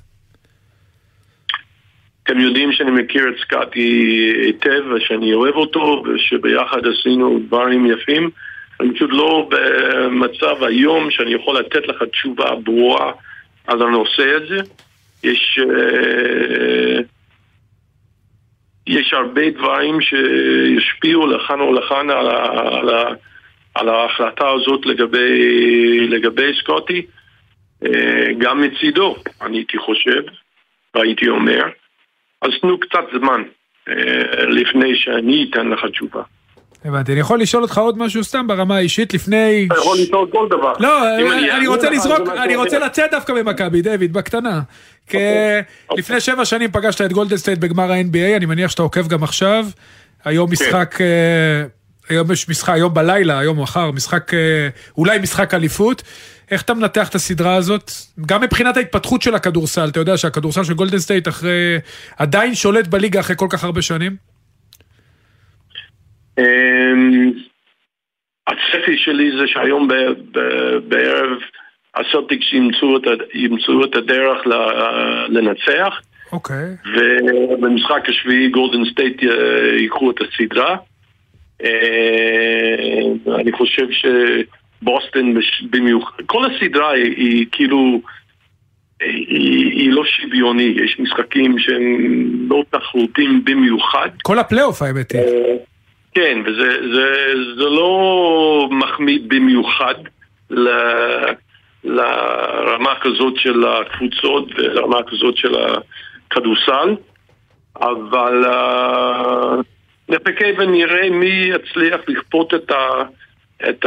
אתם יודעים שאני מכיר את סקוטי היטב, ושאני אוהב אותו, ושביחד עשינו דברים יפים. אני פשוט לא במצב היום שאני יכול לתת לך תשובה ברורה על הנושא הזה. יש הרבה דברים שישפיעו לכאן או לכאן על ההחלטה הזאת לגבי סקוטי, גם מצידו, אני הייתי חושב, והייתי אומר, אז תנו קצת זמן לפני שאני אתן לך תשובה. הבנתי, אני יכול לשאול אותך עוד משהו סתם ברמה האישית לפני... אתה יכול לשאול כל דבר. לא, אני רוצה לזרוק, אני רוצה לצאת דווקא במכבי, דיוויד, בקטנה. כי לפני 7 שנים פגשת את גולדן סטייט בגמר ה-NBA, אני מניח שאתה עוקב גם עכשיו. היום משחק, היום יש משחק, היום בלילה, היום מחר, משחק, אולי משחק אליפות. איך אתה מנתח את הסדרה הזאת? גם מבחינת ההתפתחות של הכדורסל, אתה יודע שהכדורסל של גולדן סטייט עדיין שולט בליגה אחרי כל כך הרבה שנים? הצפי שלי זה שהיום בערב הסלטיקס ימצאו את הדרך לנצח, ובמשחק השביעי גולדן סטייט ייקחו את הסדרה. אני חושב שבוסטון במיוחד, כל הסדרה היא כאילו היא לא שוויוני, יש משחקים שהם לא תחרותיים במיוחד. כל הפלייאוף האמת היא. כן, וזה לא מחמיא במיוחד לרמה כזאת של הקבוצות ולרמה כזאת של הכדורסל, אבל נחכה ונראה מי יצליח לכפות את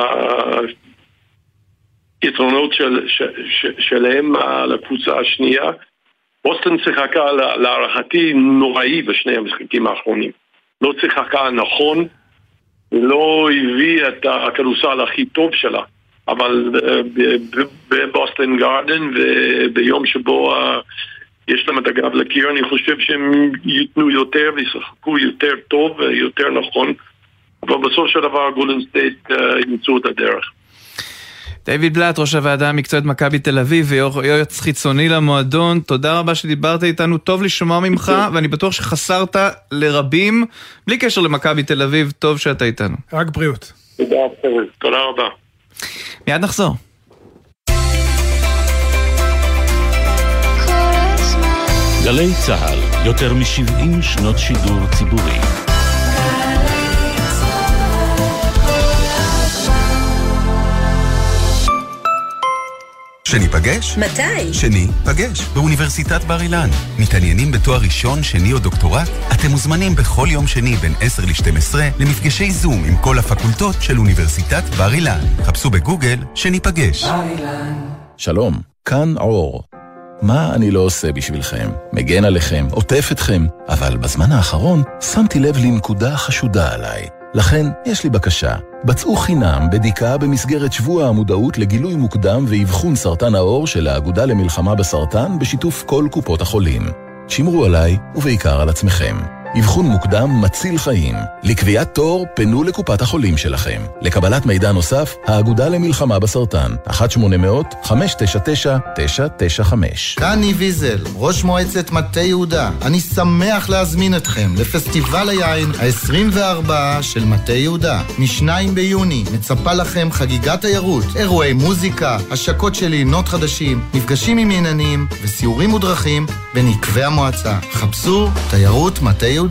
היתרונות שלהם לקבוצה השנייה. בוסטון שיחקה להערכתי נוראי בשני המשחקים האחרונים. לא שיחקה נכון, לא הביא את הכדורסל הכי טוב שלה. אבל בבוסטון גארדן וביום שבו יש להם את הגב לקיר, אני חושב שהם ייתנו יותר וישחקו יותר טוב ויותר נכון, אבל בסוף של דבר גולדן סטייט ימצאו את הדרך. דיוויד בלאט, ראש הוועדה המקצועית מכבי תל אביב ויועץ חיצוני למועדון, תודה רבה שדיברת איתנו, טוב לשמוע ממך, ואני בטוח שחסרת לרבים, בלי קשר למכבי תל אביב, טוב שאתה איתנו. רק בריאות. תודה רבה. מיד נחזור. גלי צהל, יותר מ-70 שנות שידור ציבורי. שניפגש? מתי? שני, פגש, באוניברסיטת בר אילן. מתעניינים בתואר ראשון, שני או דוקטורט? אתם מוזמנים בכל יום שני בין 10 ל-12 למפגשי זום עם כל הפקולטות של אוניברסיטת בר אילן. חפשו בגוגל שניפגש. בר אילן. שלום, כאן אור. מה אני לא עושה בשבילכם? מגן עליכם, עוטף אתכם, אבל בזמן האחרון שמתי לב לנקודה חשודה עליי. לכן יש לי בקשה, בצעו חינם בדיקה במסגרת שבוע המודעות לגילוי מוקדם ואבחון סרטן העור של האגודה למלחמה בסרטן בשיתוף כל קופות החולים. שמרו עליי ובעיקר על עצמכם. אבחון מוקדם מציל חיים. לקביעת תור פנו לקופת החולים שלכם. לקבלת מידע נוסף, האגודה למלחמה בסרטן, 1-800-599-995. כאן ניב ויזל, ראש מועצת מטה יהודה. אני שמח להזמין אתכם לפסטיבל היין ה-24 של מטה יהודה. מ-2 ביוני מצפה לכם חגיגת תיירות, אירועי מוזיקה, השקות של עינות חדשים, מפגשים עם עניינים וסיורים ודרכים בנקבי המועצה. חפשו תיירות מטה יהודה.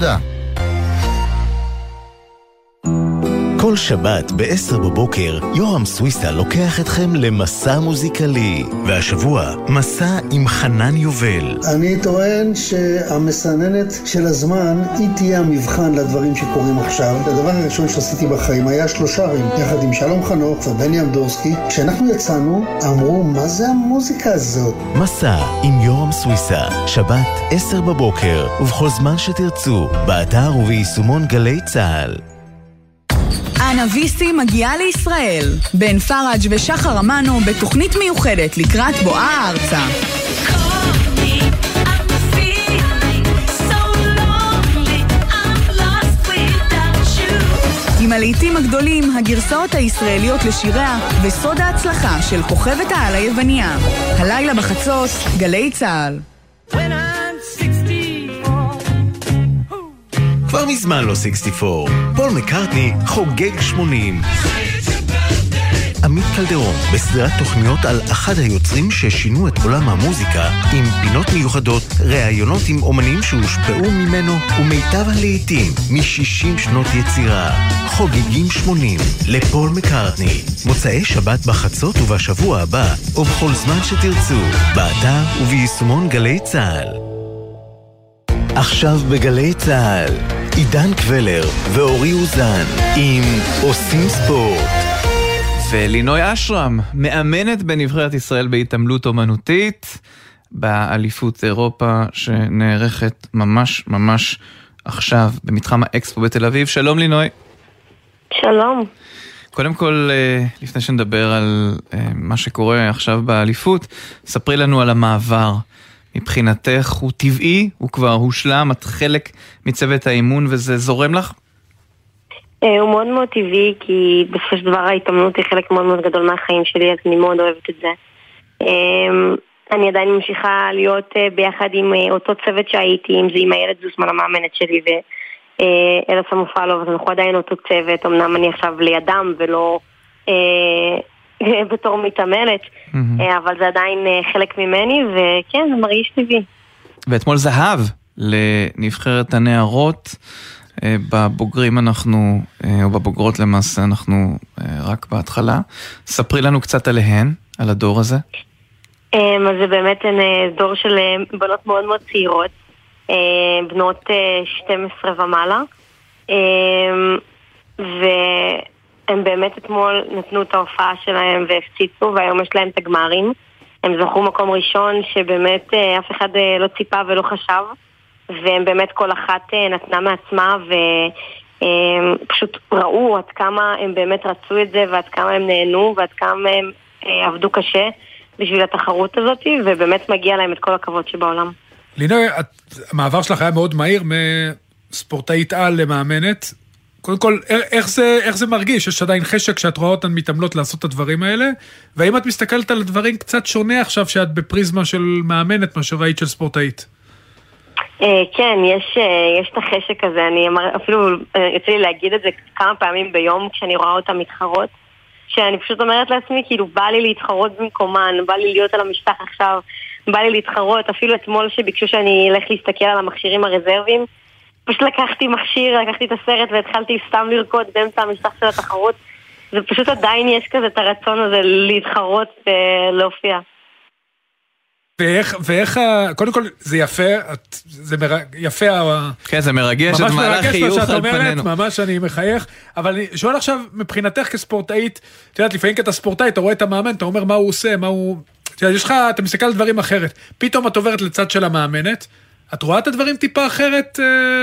כל שבת ב-10 בבוקר יורם סוויסה לוקח אתכם למסע מוזיקלי, והשבוע מסע עם חנן יובל. אני טוען שהמסננת של הזמן היא תהיה המבחן לדברים שקורים עכשיו. הדבר הראשון שעשיתי בחיים היה 3 ערים יחד עם שלום חנוך ובני אמדורסקי. כשאנחנו יצאנו אמרו מה זה המוזיקה הזאת? מסע עם יורם סוויסה, שבת 10 בבוקר ובכל זמן שתרצו, באתר וביישומון גלי צהל. אנביסי מגיעה לישראל. בן פרג' ושחר אמנו בתוכנית מיוחדת לקראת בואה ארצה. עם הלעיתים הגדולים, הגרסאות הישראליות לשיריה וסוד ההצלחה של כוכבת העל היווניה. הלילה בחצות, גלי צהל. כבר מזמן לא 64. פול מקרטני חוגג 80. עמית קלדרון בסדרת תוכניות על אחד היוצרים ששינו את עולם המוזיקה, עם פינות מיוחדות, ראיונות עם אומנים שהושפעו ממנו ומיטב הלעיתים מ-60 שנות יצירה. חוגגים 80 לפול מקרטני, מוצאי שבת בחצות ובשבוע הבא או בכל זמן שתרצו, באתר וביישומון גלי צהל. עכשיו בגלי צהל, עידן קבלר ואורי אוזן עם עושים ספורט. ולינוי אשרם, מאמנת בנבחרת ישראל בהתעמלות אומנותית, באליפות אירופה שנערכת ממש עכשיו במתחם האקספו בתל אביב. שלום לינוי. שלום. קודם כל, לפני שנדבר על מה שקורה עכשיו באליפות, ספרי לנו על המעבר. מבחינתך הוא טבעי, הוא כבר הושלם, את חלק מצוות האימון וזה זורם לך? הוא מאוד מאוד טבעי, כי בסופו של דבר ההתאמנות היא חלק מאוד מאוד גדול מהחיים שלי, אז אני מאוד אוהבת את זה. אני עדיין ממשיכה להיות ביחד עם אותו צוות שהייתי, אם זה עם הילד זוסמן המאמנת שלי ואלף המופעלוב, אז אנחנו עדיין אותו צוות, אמנם אני עכשיו לידם ולא בתור מתאמנת, אבל זה עדיין חלק ממני, וכן, זה מרגיש טבעי. ואתמול זהב לנבחרת הנערות, בבוגרים אנחנו, או בבוגרות למעשה, אנחנו רק בהתחלה. ספרי לנו קצת עליהן, על הדור הזה. אז זה באמת דור של בנות מאוד מאוד צעירות, בנות 12 ומעלה, הם באמת אתמול נתנו את ההופעה שלהם והפציצו, והיום יש להם את הגמרים. הם זכו מקום ראשון שבאמת אף אחד לא ציפה ולא חשב, והם באמת כל אחת נתנה מעצמה, ופשוט ראו עד כמה הם באמת רצו את זה, ועד כמה הם נהנו, ועד כמה הם עבדו קשה בשביל התחרות הזאת, ובאמת מגיע להם את כל הכבוד שבעולם. לינוי, המעבר שלך היה מאוד מהיר מספורטאית על למאמנת. קודם כל, איך זה מרגיש? יש עדיין חשק שאת רואה אותן מתעמלות לעשות את הדברים האלה? והאם את מסתכלת על דברים קצת שונה עכשיו שאת בפריזמה של מאמנת מה שראית של ספורטאית? כן, יש את החשק הזה. אני אפילו יוצא לי להגיד את זה כמה פעמים ביום כשאני רואה אותן מתחרות, שאני פשוט אומרת לעצמי, כאילו בא לי להתחרות במקומן, בא לי להיות על המשטח עכשיו, בא לי להתחרות, אפילו אתמול שביקשו שאני אלך להסתכל על המכשירים הרזרביים, פשוט לקחתי מכשיר, לקחתי את הסרט והתחלתי סתם לרקוד באמצע המשטח של התחרות. זה פשוט עדיין יש כזה את הרצון הזה להתחרות ולהופיע. ואיך, קודם כל זה יפה, יפה. כן, זה מרגש, את מעלה חיוך על פנינו. ממש אני מחייך, אבל אני שואל עכשיו, מבחינתך כספורטאית, את יודעת, לפעמים כתה ספורטאית, אתה רואה את המאמן, אתה אומר מה הוא עושה, מה הוא... יש לך, אתה מסתכל על דברים אחרת. פתאום את עוברת לצד של המאמנת, את רואה את הדברים טיפה אחרת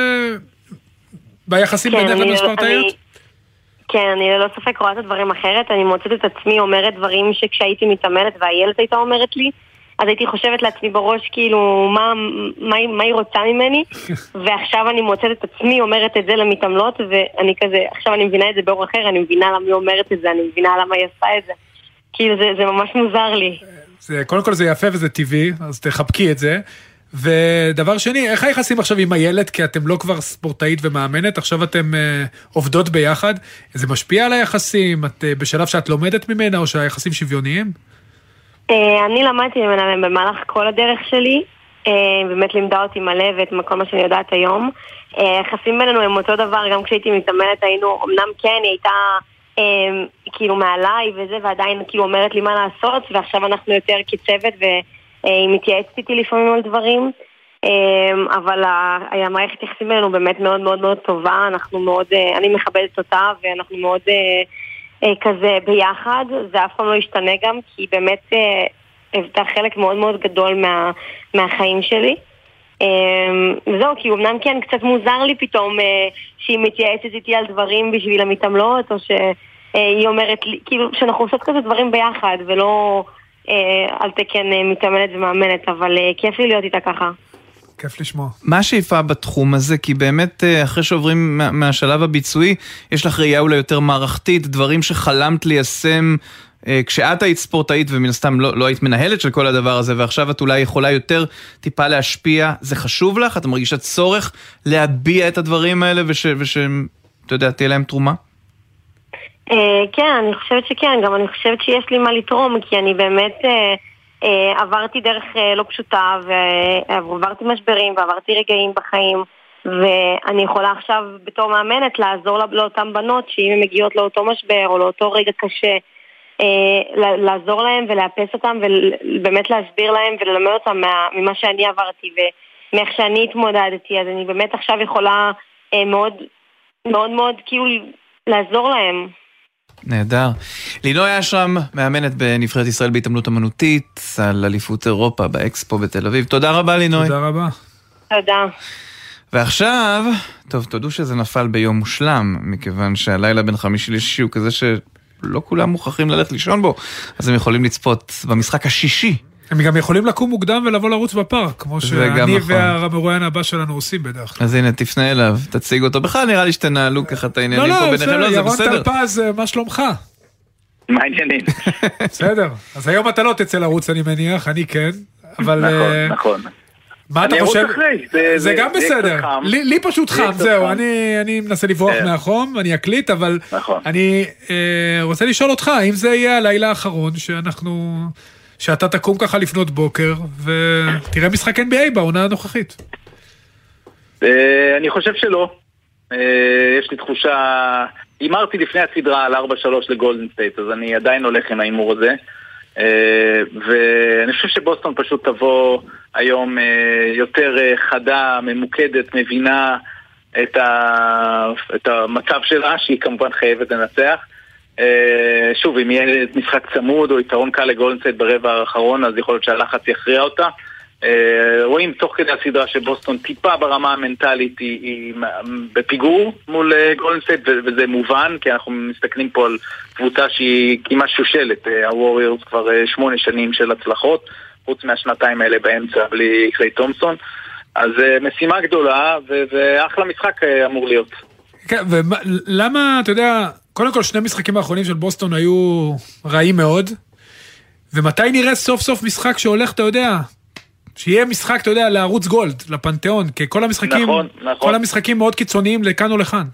ביחסים בינך לבין ספורטאיות? כן, אני ללא ספק רואה את הדברים אחרת. אני מוצאת את עצמי אומרת דברים שכשהייתי מתעמלת והילד הייתה אומרת לי, אז הייתי חושבת לעצמי בראש כאילו מה היא רוצה ממני, ועכשיו אני מוצאת את עצמי אומרת את זה למתעמלות, ואני כזה, עכשיו אני מבינה את זה באור אחר, אני מבינה למה היא אומרת את זה, אני מבינה למה היא עושה את זה. כאילו זה ממש מוזר לי. קודם כל זה יפה וזה טבעי, אז תחבקי את זה. ודבר שני, איך היחסים עכשיו עם הילד, כי אתם לא כבר ספורטאית ומאמנת, עכשיו אתם עובדות ביחד, זה משפיע על היחסים, את בשלב שאת לומדת ממנה, או שהיחסים שוויוניים? אני למדתי ממנה במהלך כל הדרך שלי, באמת לימדה אותי מלא ואת כל מה שאני יודעת היום. היחסים בינינו הם אותו דבר, גם כשהייתי מתאמנת היינו, אמנם כן, היא הייתה כאילו מעליי וזה, ועדיין כאילו אומרת לי מה לעשות, ועכשיו אנחנו יותר כצוות והיא מתייעצת איתי לפעמים על דברים, אבל המערכת יחסים בינינו באמת מאוד מאוד מאוד טובה, אנחנו מאוד, אני מכבדת אותה ואנחנו מאוד כזה ביחד, זה אף פעם לא ישתנה גם, כי היא באמת הבטה חלק מאוד מאוד גדול מהחיים שלי. וזהו, כי אמנם כן קצת מוזר לי פתאום שהיא מתייעצת איתי על דברים בשביל המתעמלות, או שהיא אומרת לי, כאילו שאנחנו עושות כזה דברים ביחד ולא על תקן מתאמנת ומאמנת, אבל כיף לי להיות איתה ככה. כיף לשמוע. מה השאיפה בתחום הזה? כי באמת אחרי שעוברים מהשלב הביצועי, יש לך ראייה אולי יותר מערכתית, דברים שחלמת ליישם כשאת היית ספורטאית ומן הסתם לא היית מנהלת של כל הדבר הזה, ועכשיו את אולי יכולה יותר טיפה להשפיע, זה חשוב לך? אתה מרגישה צורך להביע את הדברים האלה אתה יודע, תהיה להם תרומה? כן, אני חושבת שכן, גם אני חושבת שיש לי מה לתרום, כי אני באמת עברתי דרך לא פשוטה, ועברתי משברים ועברתי רגעים בחיים, ואני יכולה עכשיו בתור מאמנת לעזור לאותן בנות שאם הן מגיעות לאותו משבר או לאותו רגע קשה, לעזור להם ולאפס אותם ובאמת להסביר להם וללמד אותם ממה שאני עברתי ומאיך שאני התמודדתי. אז אני באמת עכשיו יכולה מאוד מאוד מאוד כאילו לעזור להם. נהדר. לינוי אשרם, מאמנת בנבחרת ישראל בהתעמלות אמנותית על אליפות אירופה באקספו בתל אביב. תודה רבה לינוי. תודה רבה. תודה. ועכשיו, טוב, תודו שזה נפל ביום מושלם, מכיוון שהלילה בין חמישי לשישי הוא כזה שלא כולם מוכרחים ללכת לישון בו, אז הם יכולים לצפות במשחק השישי. הם גם יכולים לקום מוקדם ולבוא לרוץ בפארק, כמו שאני והמרואיין הבא שלנו עושים בדרך כלל. אז הנה, תפנה אליו, תציג אותו. בכלל נראה לי שתנהלו ככה את העניינים פה ביניכם. לא, ירון טלפז, מה שלומך? מה העניינים? בסדר, אז היום אתה לא תצא לרוץ אני מניח, אני כן, אבל... נכון. מה אתה חושב? זה גם בסדר. לי פשוט חם, זהו, אני מנסה לברוח מהחום, אני אקליט, אבל אני רוצה לשאול אותך, האם זה יהיה הלילה האחרון שאתה תקום ככה לפנות בוקר ותראה משחק NBA בעונה הנוכחית? אני חושב שלא. יש לי תחושה, אמרתי לפני הסדרה על 4-3 לגולדן סטייט, אז אני עדיין הולך עם האימור הזה. ואני חושב שבוסטון פשוט תבוא היום יותר חדה, ממוקדת, מבינה את המצב שלה, שהיא כמובן חייבת לנצח, שוב, אם יהיה משחק צמוד או יתרון קל לגולדן סטייט ברבע האחרון, אז יכול להיות שהלחץ יכריע אותה. רואים תוך כדי הסדרה שבוסטון טיפה ברמה המנטלית היא בפיגור מול גולדן סטייט, וזה מובן, כי אנחנו מסתכלים פה על קבוצה שהיא כמעט שושלת. הווריורס כבר 8 שנים של הצלחות, חוץ מהשנתיים האלה באמצע בלי קליי תומפסון. אז משימה גדולה, ואחלה משחק אמור להיות. כן, ולמה, אתה יודע, קודם כל 2 משחקים האחרונים של בוסטון היו רעים מאוד, ומתי נראה סוף סוף משחק שהולך, אתה יודע, שיהיה משחק, אתה יודע, לערוץ גולד, לפנתיאון, כי כל המשחקים, נכון. כל המשחקים מאוד קיצוניים לכאן או לכאן.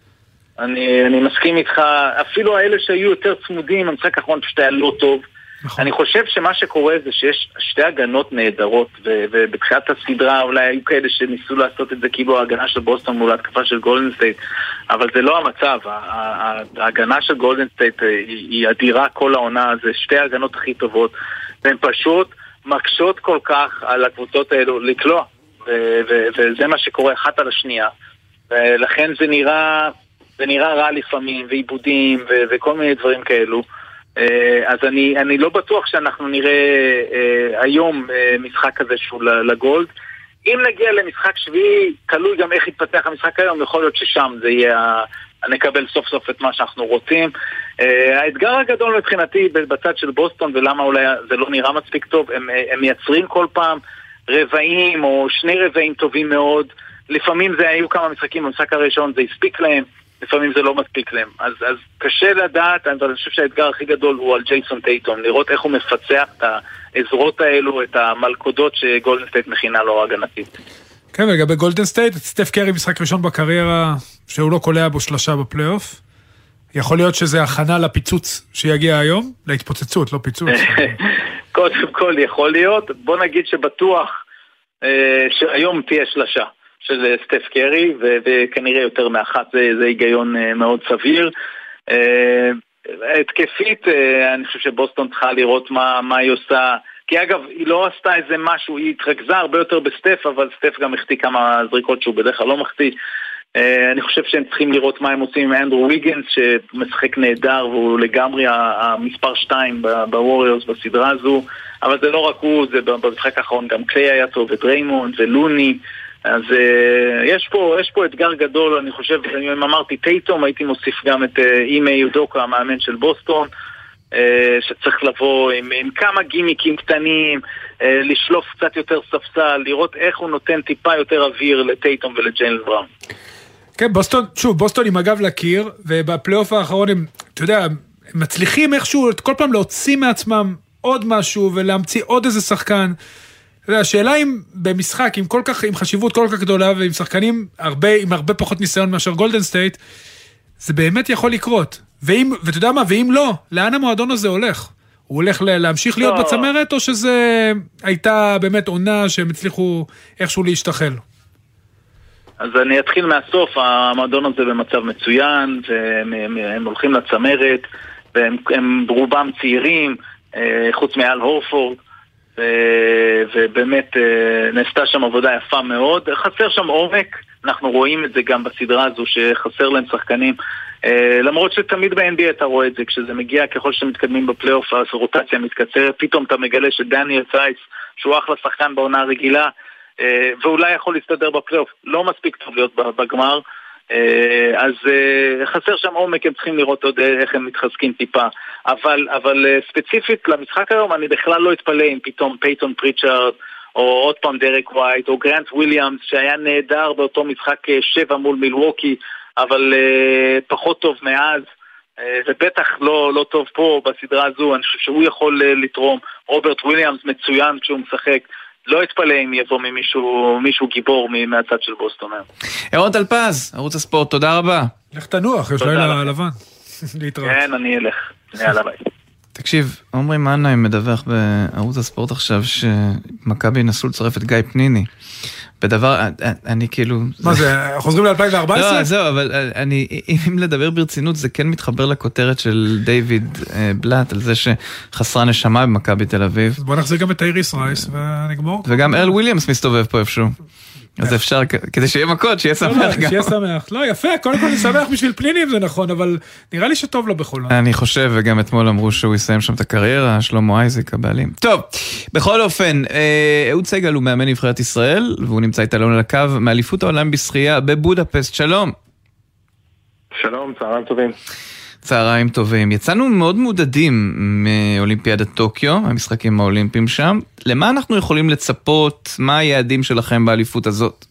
אני מסכים איתך, אפילו האלה שהיו יותר צמודים, המשחק האחרון פשוט היה לא טוב. נכון. אני חושב שמה שקורה זה שיש 2 הגנות נהדרות, ובתחילת הסדרה אולי היו כאלה שניסו לעשות את זה כאילו ההגנה של בוסטון מול התקפה של גולדן סטייט, אבל זה לא המצב. ההגנה של גולדן סטייט היא אדירה כל העונה, זה 2 ההגנות הכי טובות, והן פשוט מקשות כל כך על הקבוצות האלו לקלוע, וזה מה שקורה אחת על השנייה, ולכן זה נראה רע לפעמים, ועיבודים, וכל מיני דברים כאלו. אז אני לא בטוח שאנחנו נראה היום משחק כזה שהוא לגולד. אם נגיע למשחק שביעי, תלוי גם איך יתפתח המשחק היום, יכול להיות ששם זה יהיה, נקבל סוף סוף את מה שאנחנו רוצים. האתגר הגדול מבחינתי בצד של בוסטון, ולמה אולי זה לא נראה מספיק טוב, הם מייצרים כל פעם רבעים או 2 רבעים טובים מאוד. לפעמים זה היו כמה משחקים, במשחק הראשון זה הספיק להם, לפעמים זה לא מספיק להם. אז קשה לדעת, אני חושב שהאתגר הכי גדול הוא על ג'ייסון טייטום, לראות איך הוא מפצח את העזרות האלו, את המלכודות שגולדן סטייט מכינה לו הגנתית. כן, ולגבי גולדן סטייט, סטף קרי משחק ראשון בקריירה שהוא לא קולע בו 3 בפלייאוף. יכול להיות שזה הכנה לפיצוץ שיגיע היום? להתפוצצות, לא פיצוץ. קודם כל יכול להיות. בוא נגיד שבטוח שהיום תהיה 3 של סטף קרי, וכנראה יותר מאחת, זה היגיון מאוד סביר. התקפית, אני חושב שבוסטון צריכה לראות מה היא עושה, כי אגב, היא לא עשתה איזה משהו, היא התרכזה הרבה יותר בסטף, אבל סטף גם החטיא כמה זריקות שהוא בדרך כלל לא מחטיא. אני חושב שהם צריכים לראות מה הם עושים עם אנדרו ויגנס, שמשחק נהדר, והוא לגמרי המספר 2 בווריורס בסדרה הזו, אבל זה לא רק הוא, זה במשחק האחרון גם קליי היה טוב, ודריימונד, ולוני, אז יש פה אתגר גדול. אני חושב, אם אמרתי טייטום, הייתי מוסיף גם את אימי יודוקה, המאמן של בוסטון, שצריך לבוא עם כמה גימיקים קטנים, לשלוף קצת יותר ספסל, לראות איך הוא נותן טיפה יותר אוויר לטייטום ולג'יילן בראון. כן, בוסטון עם הגב לקיר, ובפלייאוף האחרון הם, אתה יודע, הם מצליחים איכשהו כל פעם להוציא מעצמם עוד משהו, ולהמציא עוד איזה שחקן. השאלה אם במשחק עם חשיבות כל כך גדולה ועם שחקנים עם הרבה פחות ניסיון מאשר גולדן סטייט, זה באמת יכול לקרות. ואתה יודע מה, ואם לא, לאן המועדון הזה הולך? הוא הולך להמשיך להיות בצמרת, או שזה הייתה באמת עונה שהם הצליחו איכשהו להשתחל? אז אני אתחיל מהסוף. המועדון הזה במצב מצוין, והם הולכים לצמרת, והם רובם צעירים, חוץ מאל הורפורד, ובאמת נעשתה שם עבודה יפה מאוד. חסר שם עומק, אנחנו רואים את זה גם בסדרה הזו שחסר להם שחקנים, למרות שתמיד ב-NBA אתה רואה את זה, כשזה מגיע ככל שמתקדמים בפלייאוף, אז רוטציה מתקצרת, פתאום אתה מגלה שדניאל טייס, שהוא אחלה שחקן בעונה הרגילה, ואולי יכול להסתדר בפלייאוף, לא מספיק טוב להיות בגמר, אז חסר שם עומק, הם צריכים לראות עוד איך הם מתחזקים טיפה, אבל ספציפית למשחק היום אני בכלל לא אתפלא אם פתאום פייטון פריצ'ארד, או עוד פעם דרק ווייט, או גרנט וויליאמס, שהיה נהדר באותו משחק 7 מול מילווקי, אבל פחות טוב מאז, ובטח לא טוב פה בסדרה הזו. אני חושב שהוא יכול לתרום. רוברט וויליאמס מצוין כשהוא משחק, לא אתפלא אם יבוא מישהו גיבור מהצד של בוסטון. אירון טלפז, ערוץ הספורט, תודה רבה. לך תנוח, יש לילה לבן. להתראות. כן, אני אלך. יאללה ביי. תקשיב, עומרי מנהיים מדווח בערוץ הספורט עכשיו שמכבי נסו לצרף את גיא פניני. בדבר, אני כאילו... מה זה, חוזרים ל-2014? לא, זהו, אבל אם לדבר ברצינות, זה כן מתחבר לכותרת של דיוויד בלאט, על זה שחסרה נשמה במכבי תל אביב. בוא נחזיר גם את איריס רייס ונגמור. וגם ארל וויליאמס מסתובב פה איפשהו. אז אפשר, כדי שיהיה מכות, שיהיה שמח גם. שיהיה שמח. לא, יפה, קודם כל אני שמח בשביל פנינים, זה נכון, אבל נראה לי שטוב לו בכל זאת. אני חושב, וגם אתמול אמרו שהוא יסיים שם את הקריירה, שלמה אייזיק, הבעלים. טוב, בכל אופן, אהוד סגל הוא מאמן נבחרת ישראל, והוא נמצא איתנו על הקו מאליפות העולם בשחייה בבודפסט. שלום. שלום, צהריים טובים. צהריים טובים. יצאנו מאוד מודדים מאולימפיאדת טוקיו, המשחקים האולימפיים שם. למה אנחנו יכולים לצפות? מה היעדים שלכם באליפות הזאת?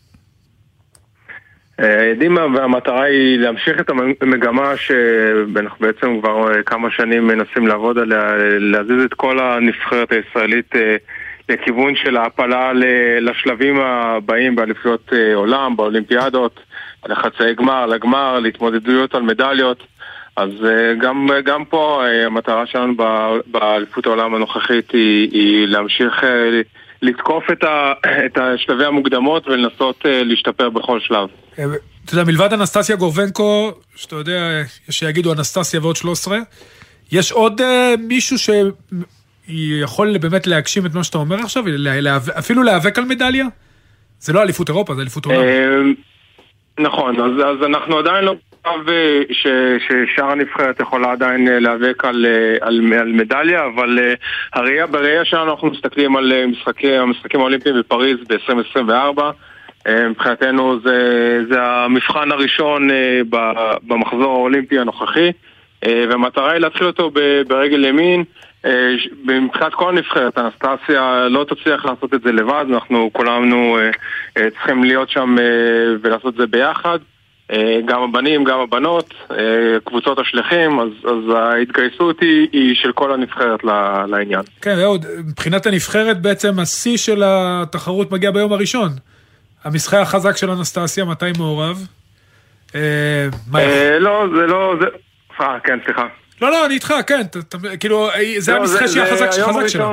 היעדים והמטרה היא להמשיך את המגמה שאנחנו בעצם כבר כמה שנים מנסים לעבוד עליה, להזיז את כל הנבחרת הישראלית לכיוון של ההפלה לשלבים הבאים באליפויות עולם, באולימפיאדות, לחצאי גמר, לגמר, להתמודדויות על מדליות. אז גם פה המטרה שלנו באליפות העולם הנוכחית היא להמשיך לתקוף את השלבי המוקדמות ולנסות להשתפר בכל שלב. אתה יודע, מלבד אנסטסיה גורבנקו, שאתה יודע, שיגידו אנסטסיה ועוד 13, יש עוד מישהו שיכול באמת להגשים את מה שאתה אומר עכשיו, אפילו להיאבק על מדליה? זה לא אליפות אירופה, זה אליפות עולם. נכון, אז אנחנו עדיין לא ששאר הנבחרת יכולה עדיין להיאבק על מדליה, אבל בראייה שלנו אנחנו מסתכלים על המשחקים האולימפיים בפריז ב-2024. מבחינתנו זה המבחן הראשון במחזור האולימפי הנוכחי, והמטרה היא להתחיל אותו ברגל ימין. מבחינת כל הנבחרת, אנסטסיה לא תצליח לעשות את זה לבד, אנחנו כולנו צריכים להיות שם ולעשות את זה ביחד, גם הבנים, גם הבנות, קבוצות השליחים, אז ההתגייסות היא של כל הנבחרת לעניין. כן, ועוד, מבחינת הנבחרת בעצם השיא של התחרות מגיע ביום הראשון. המשחק החזק של אנסטסיה, מתי מעורב? לא, זה לא... כן, סליחה. לא, אני איתך, כן, כאילו, זה המשחק החזק שלה.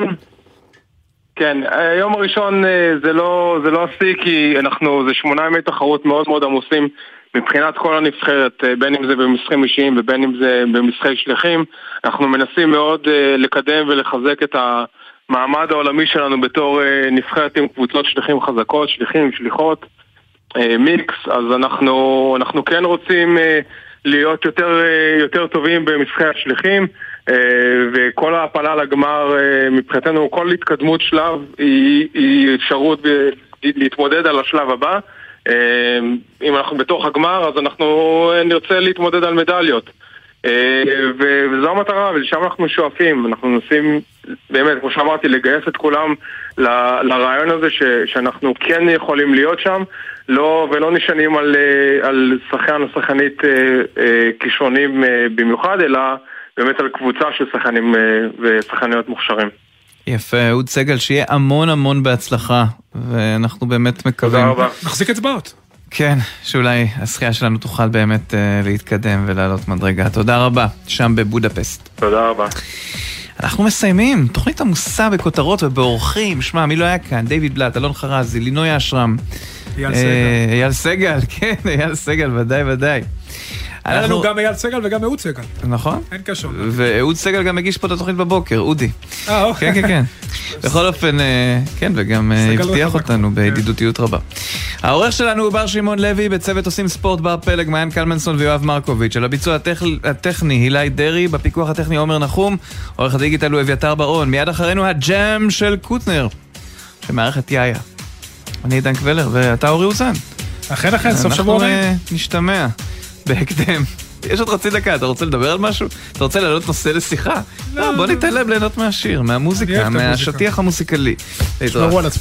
כן, היום הראשון זה לא השיא, כי זה 8 ימי תחרות מאוד מאוד עמוסים מבחינת כל הנבחרת, בין אם זה במשחקים אישיים ובין אם זה במשחקי שליחים. אנחנו מנסים מאוד לקדם ולחזק את המעמד העולמי שלנו בתור נבחרת עם קבוצות שליחים חזקות, שליחים, שליחות, מיקס, אז אנחנו כן רוצים להיות יותר טובים במשחקי השליחים, וכל ההפלה לגמר מבחינתנו, כל התקדמות שלב היא אפשרות להתמודד על השלב הבא. אם אנחנו בתוך הגמר, אז אנחנו נרצה להתמודד על מדליות, וזו המטרה, ולשם אנחנו שואפים. אנחנו נוסעים באמת, כמו שאמרתי, לגייס את כולם לרעיון הזה שאנחנו כן יכולים להיות שם, ולא נשענים על שחקן או שחקנית כישרונים במיוחד, אלא באמת על קבוצה של שחקנים ושחקניות מוכשרים. יפה, אהוד סגל, שיהיה המון המון בהצלחה, ואנחנו באמת מקווים. תודה רבה. נחזיק אצבעות. כן, שאולי השחייה שלנו תוכל באמת להתקדם ולעלות מדרגה. תודה רבה, שם בבודפסט. תודה רבה. אנחנו מסיימים, תוכנית עמוסה בכותרות ובאורחים. שמע, מי לא היה כאן? דיוויד בלאט, אלון חרזי, לינוי אשרם. אייל סגל, כן, אייל סגל, ודאי. היה לנו גם אייל סגל וגם אהוד סגל. נכון. אין קשור. ואהוד סגל גם הגיש פה את התוכנית בבוקר, אודי. אוקיי. כן. בכל אופן, כן, וגם הבטיח אותנו בידידותיות רבה. העורך שלנו הוא בר שמעון לוי, בצוות עושים ספורט בר פלג, מעיין קלמנסון ויואב מרקוביץ'. על הביצוע הטכני הילי דרי, בפיקוח הטכני עומר נחום, עורך הדיגיטל הוא אביתר ברון. מיד אחרינו הג'אם של קוטנר, שמערכת יאיה. אני עידן קבלר, ואתה אורי אוזן. אכן, סוף שבוע נעים. אנחנו נשתמע בהקדם. יש עוד חצי דקה, אתה רוצה לדבר על משהו? אתה רוצה להעלות נושא לשיחה? לא, בוא ניתן להם ליהנות מהשיר, מהמוזיקה, מהשטיח המוסיקלי. תשמרו על עצמם.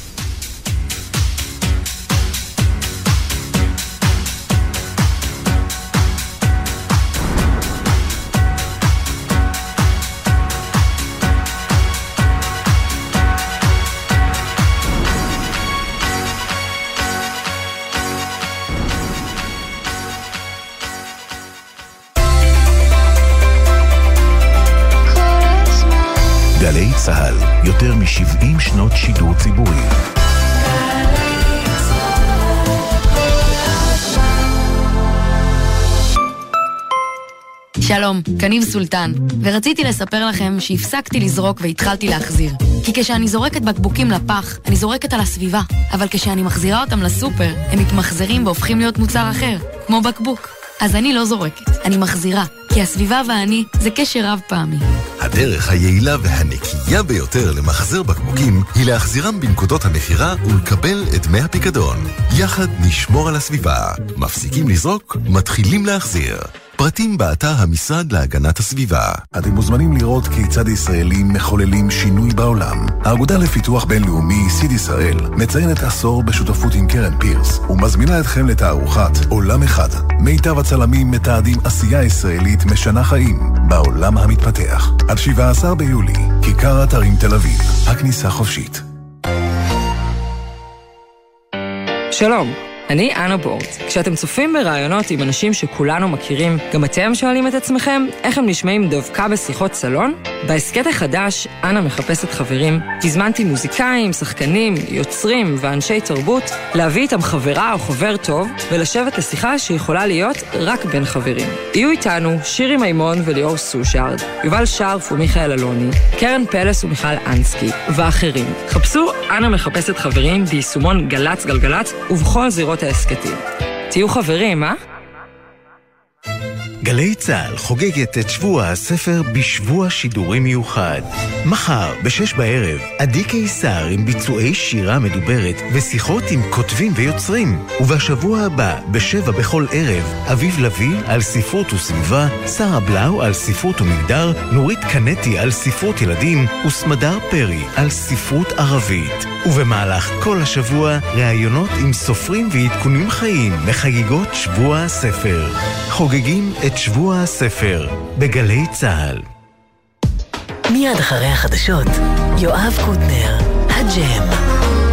גלי צהל, יותר מ-70 שנות שידור ציבורי. שלום, קניב סולטן, ורציתי לספר לכם שהפסקתי לזרוק והתחלתי להחזיר. כי כשאני זורקת בקבוקים לפח, אני זורקת על הסביבה, אבל כשאני מחזירה אותם לסופר, הם מתמחזרים והופכים להיות מוצר אחר, כמו בקבוק. אז אני לא זורקת, אני מחזירה, כי הסביבה ואני זה קשר רב פעמי. הדרך היעילה והנקייה ביותר למחזר בקבוקים היא להחזירם בנקודות המחירה ולקבל את דמי הפיקדון. יחד נשמור על הסביבה. מפסיקים לזרוק, מתחילים להחזיר. פרטים באתר המשרד להגנת הסביבה. אתם מוזמנים לראות כיצד ישראלים מחוללים שינוי בעולם. האגודה לפיתוח בינלאומי סיד ישראל מציינת עשור בשותפות עם קרן פירס ומזמינה אתכם לתערוכת עולם אחד. מיטב הצלמים מתעדים עשייה ישראלית משנה חיים בעולם המתפתח. עד 17 ביולי, כיכר אתרים תל אביב. הכניסה חופשית. שלום, אני אנה בורט. כשאתם צופים ברעיונות עם אנשים שכולנו מכירים, גם אתם שואלים את עצמכם איך הם נשמעים דווקא בשיחות סלון? בהסקט החדש, אנה מחפשת חברים, הזמנתי מוזיקאים, שחקנים, יוצרים ואנשי תרבות להביא איתם חברה או חבר טוב ולשבת לשיחה שיכולה להיות רק בין חברים. יהיו איתנו שירי מימון וליאור סושארד, יובל שרף ומיכאל אלוני, קרן פלס ומיכל אנסקי ואחרים. חפשו אנה מחפשת חברים ביישומון גלץ גלגלץ ובכל זירות העסקתים. תהיו חברים, אה? גלי צהל חוגגת את שבוע הספר בשבוע שידורי מיוחד. מחר ב-6 בערב, עדי קיסר עם ביצועי שירה מדוברת ושיחות עם כותבים ויוצרים. ובשבוע הבא, ב-7 בכל ערב, אביב לוי על ספרות וסביבה, שרה בלאו על ספרות ומגדר, נורית קנטי על ספרות ילדים וסמדר פרי על ספרות ערבית. ובמהלך כל השבוע, ראיונות עם סופרים ועדכונים חיים מחגיגות שבוע הספר. חוגגים את שבוע הספר בגלי צהל. מיד אחרי החדשות, יואב קוטנר, הג'ם.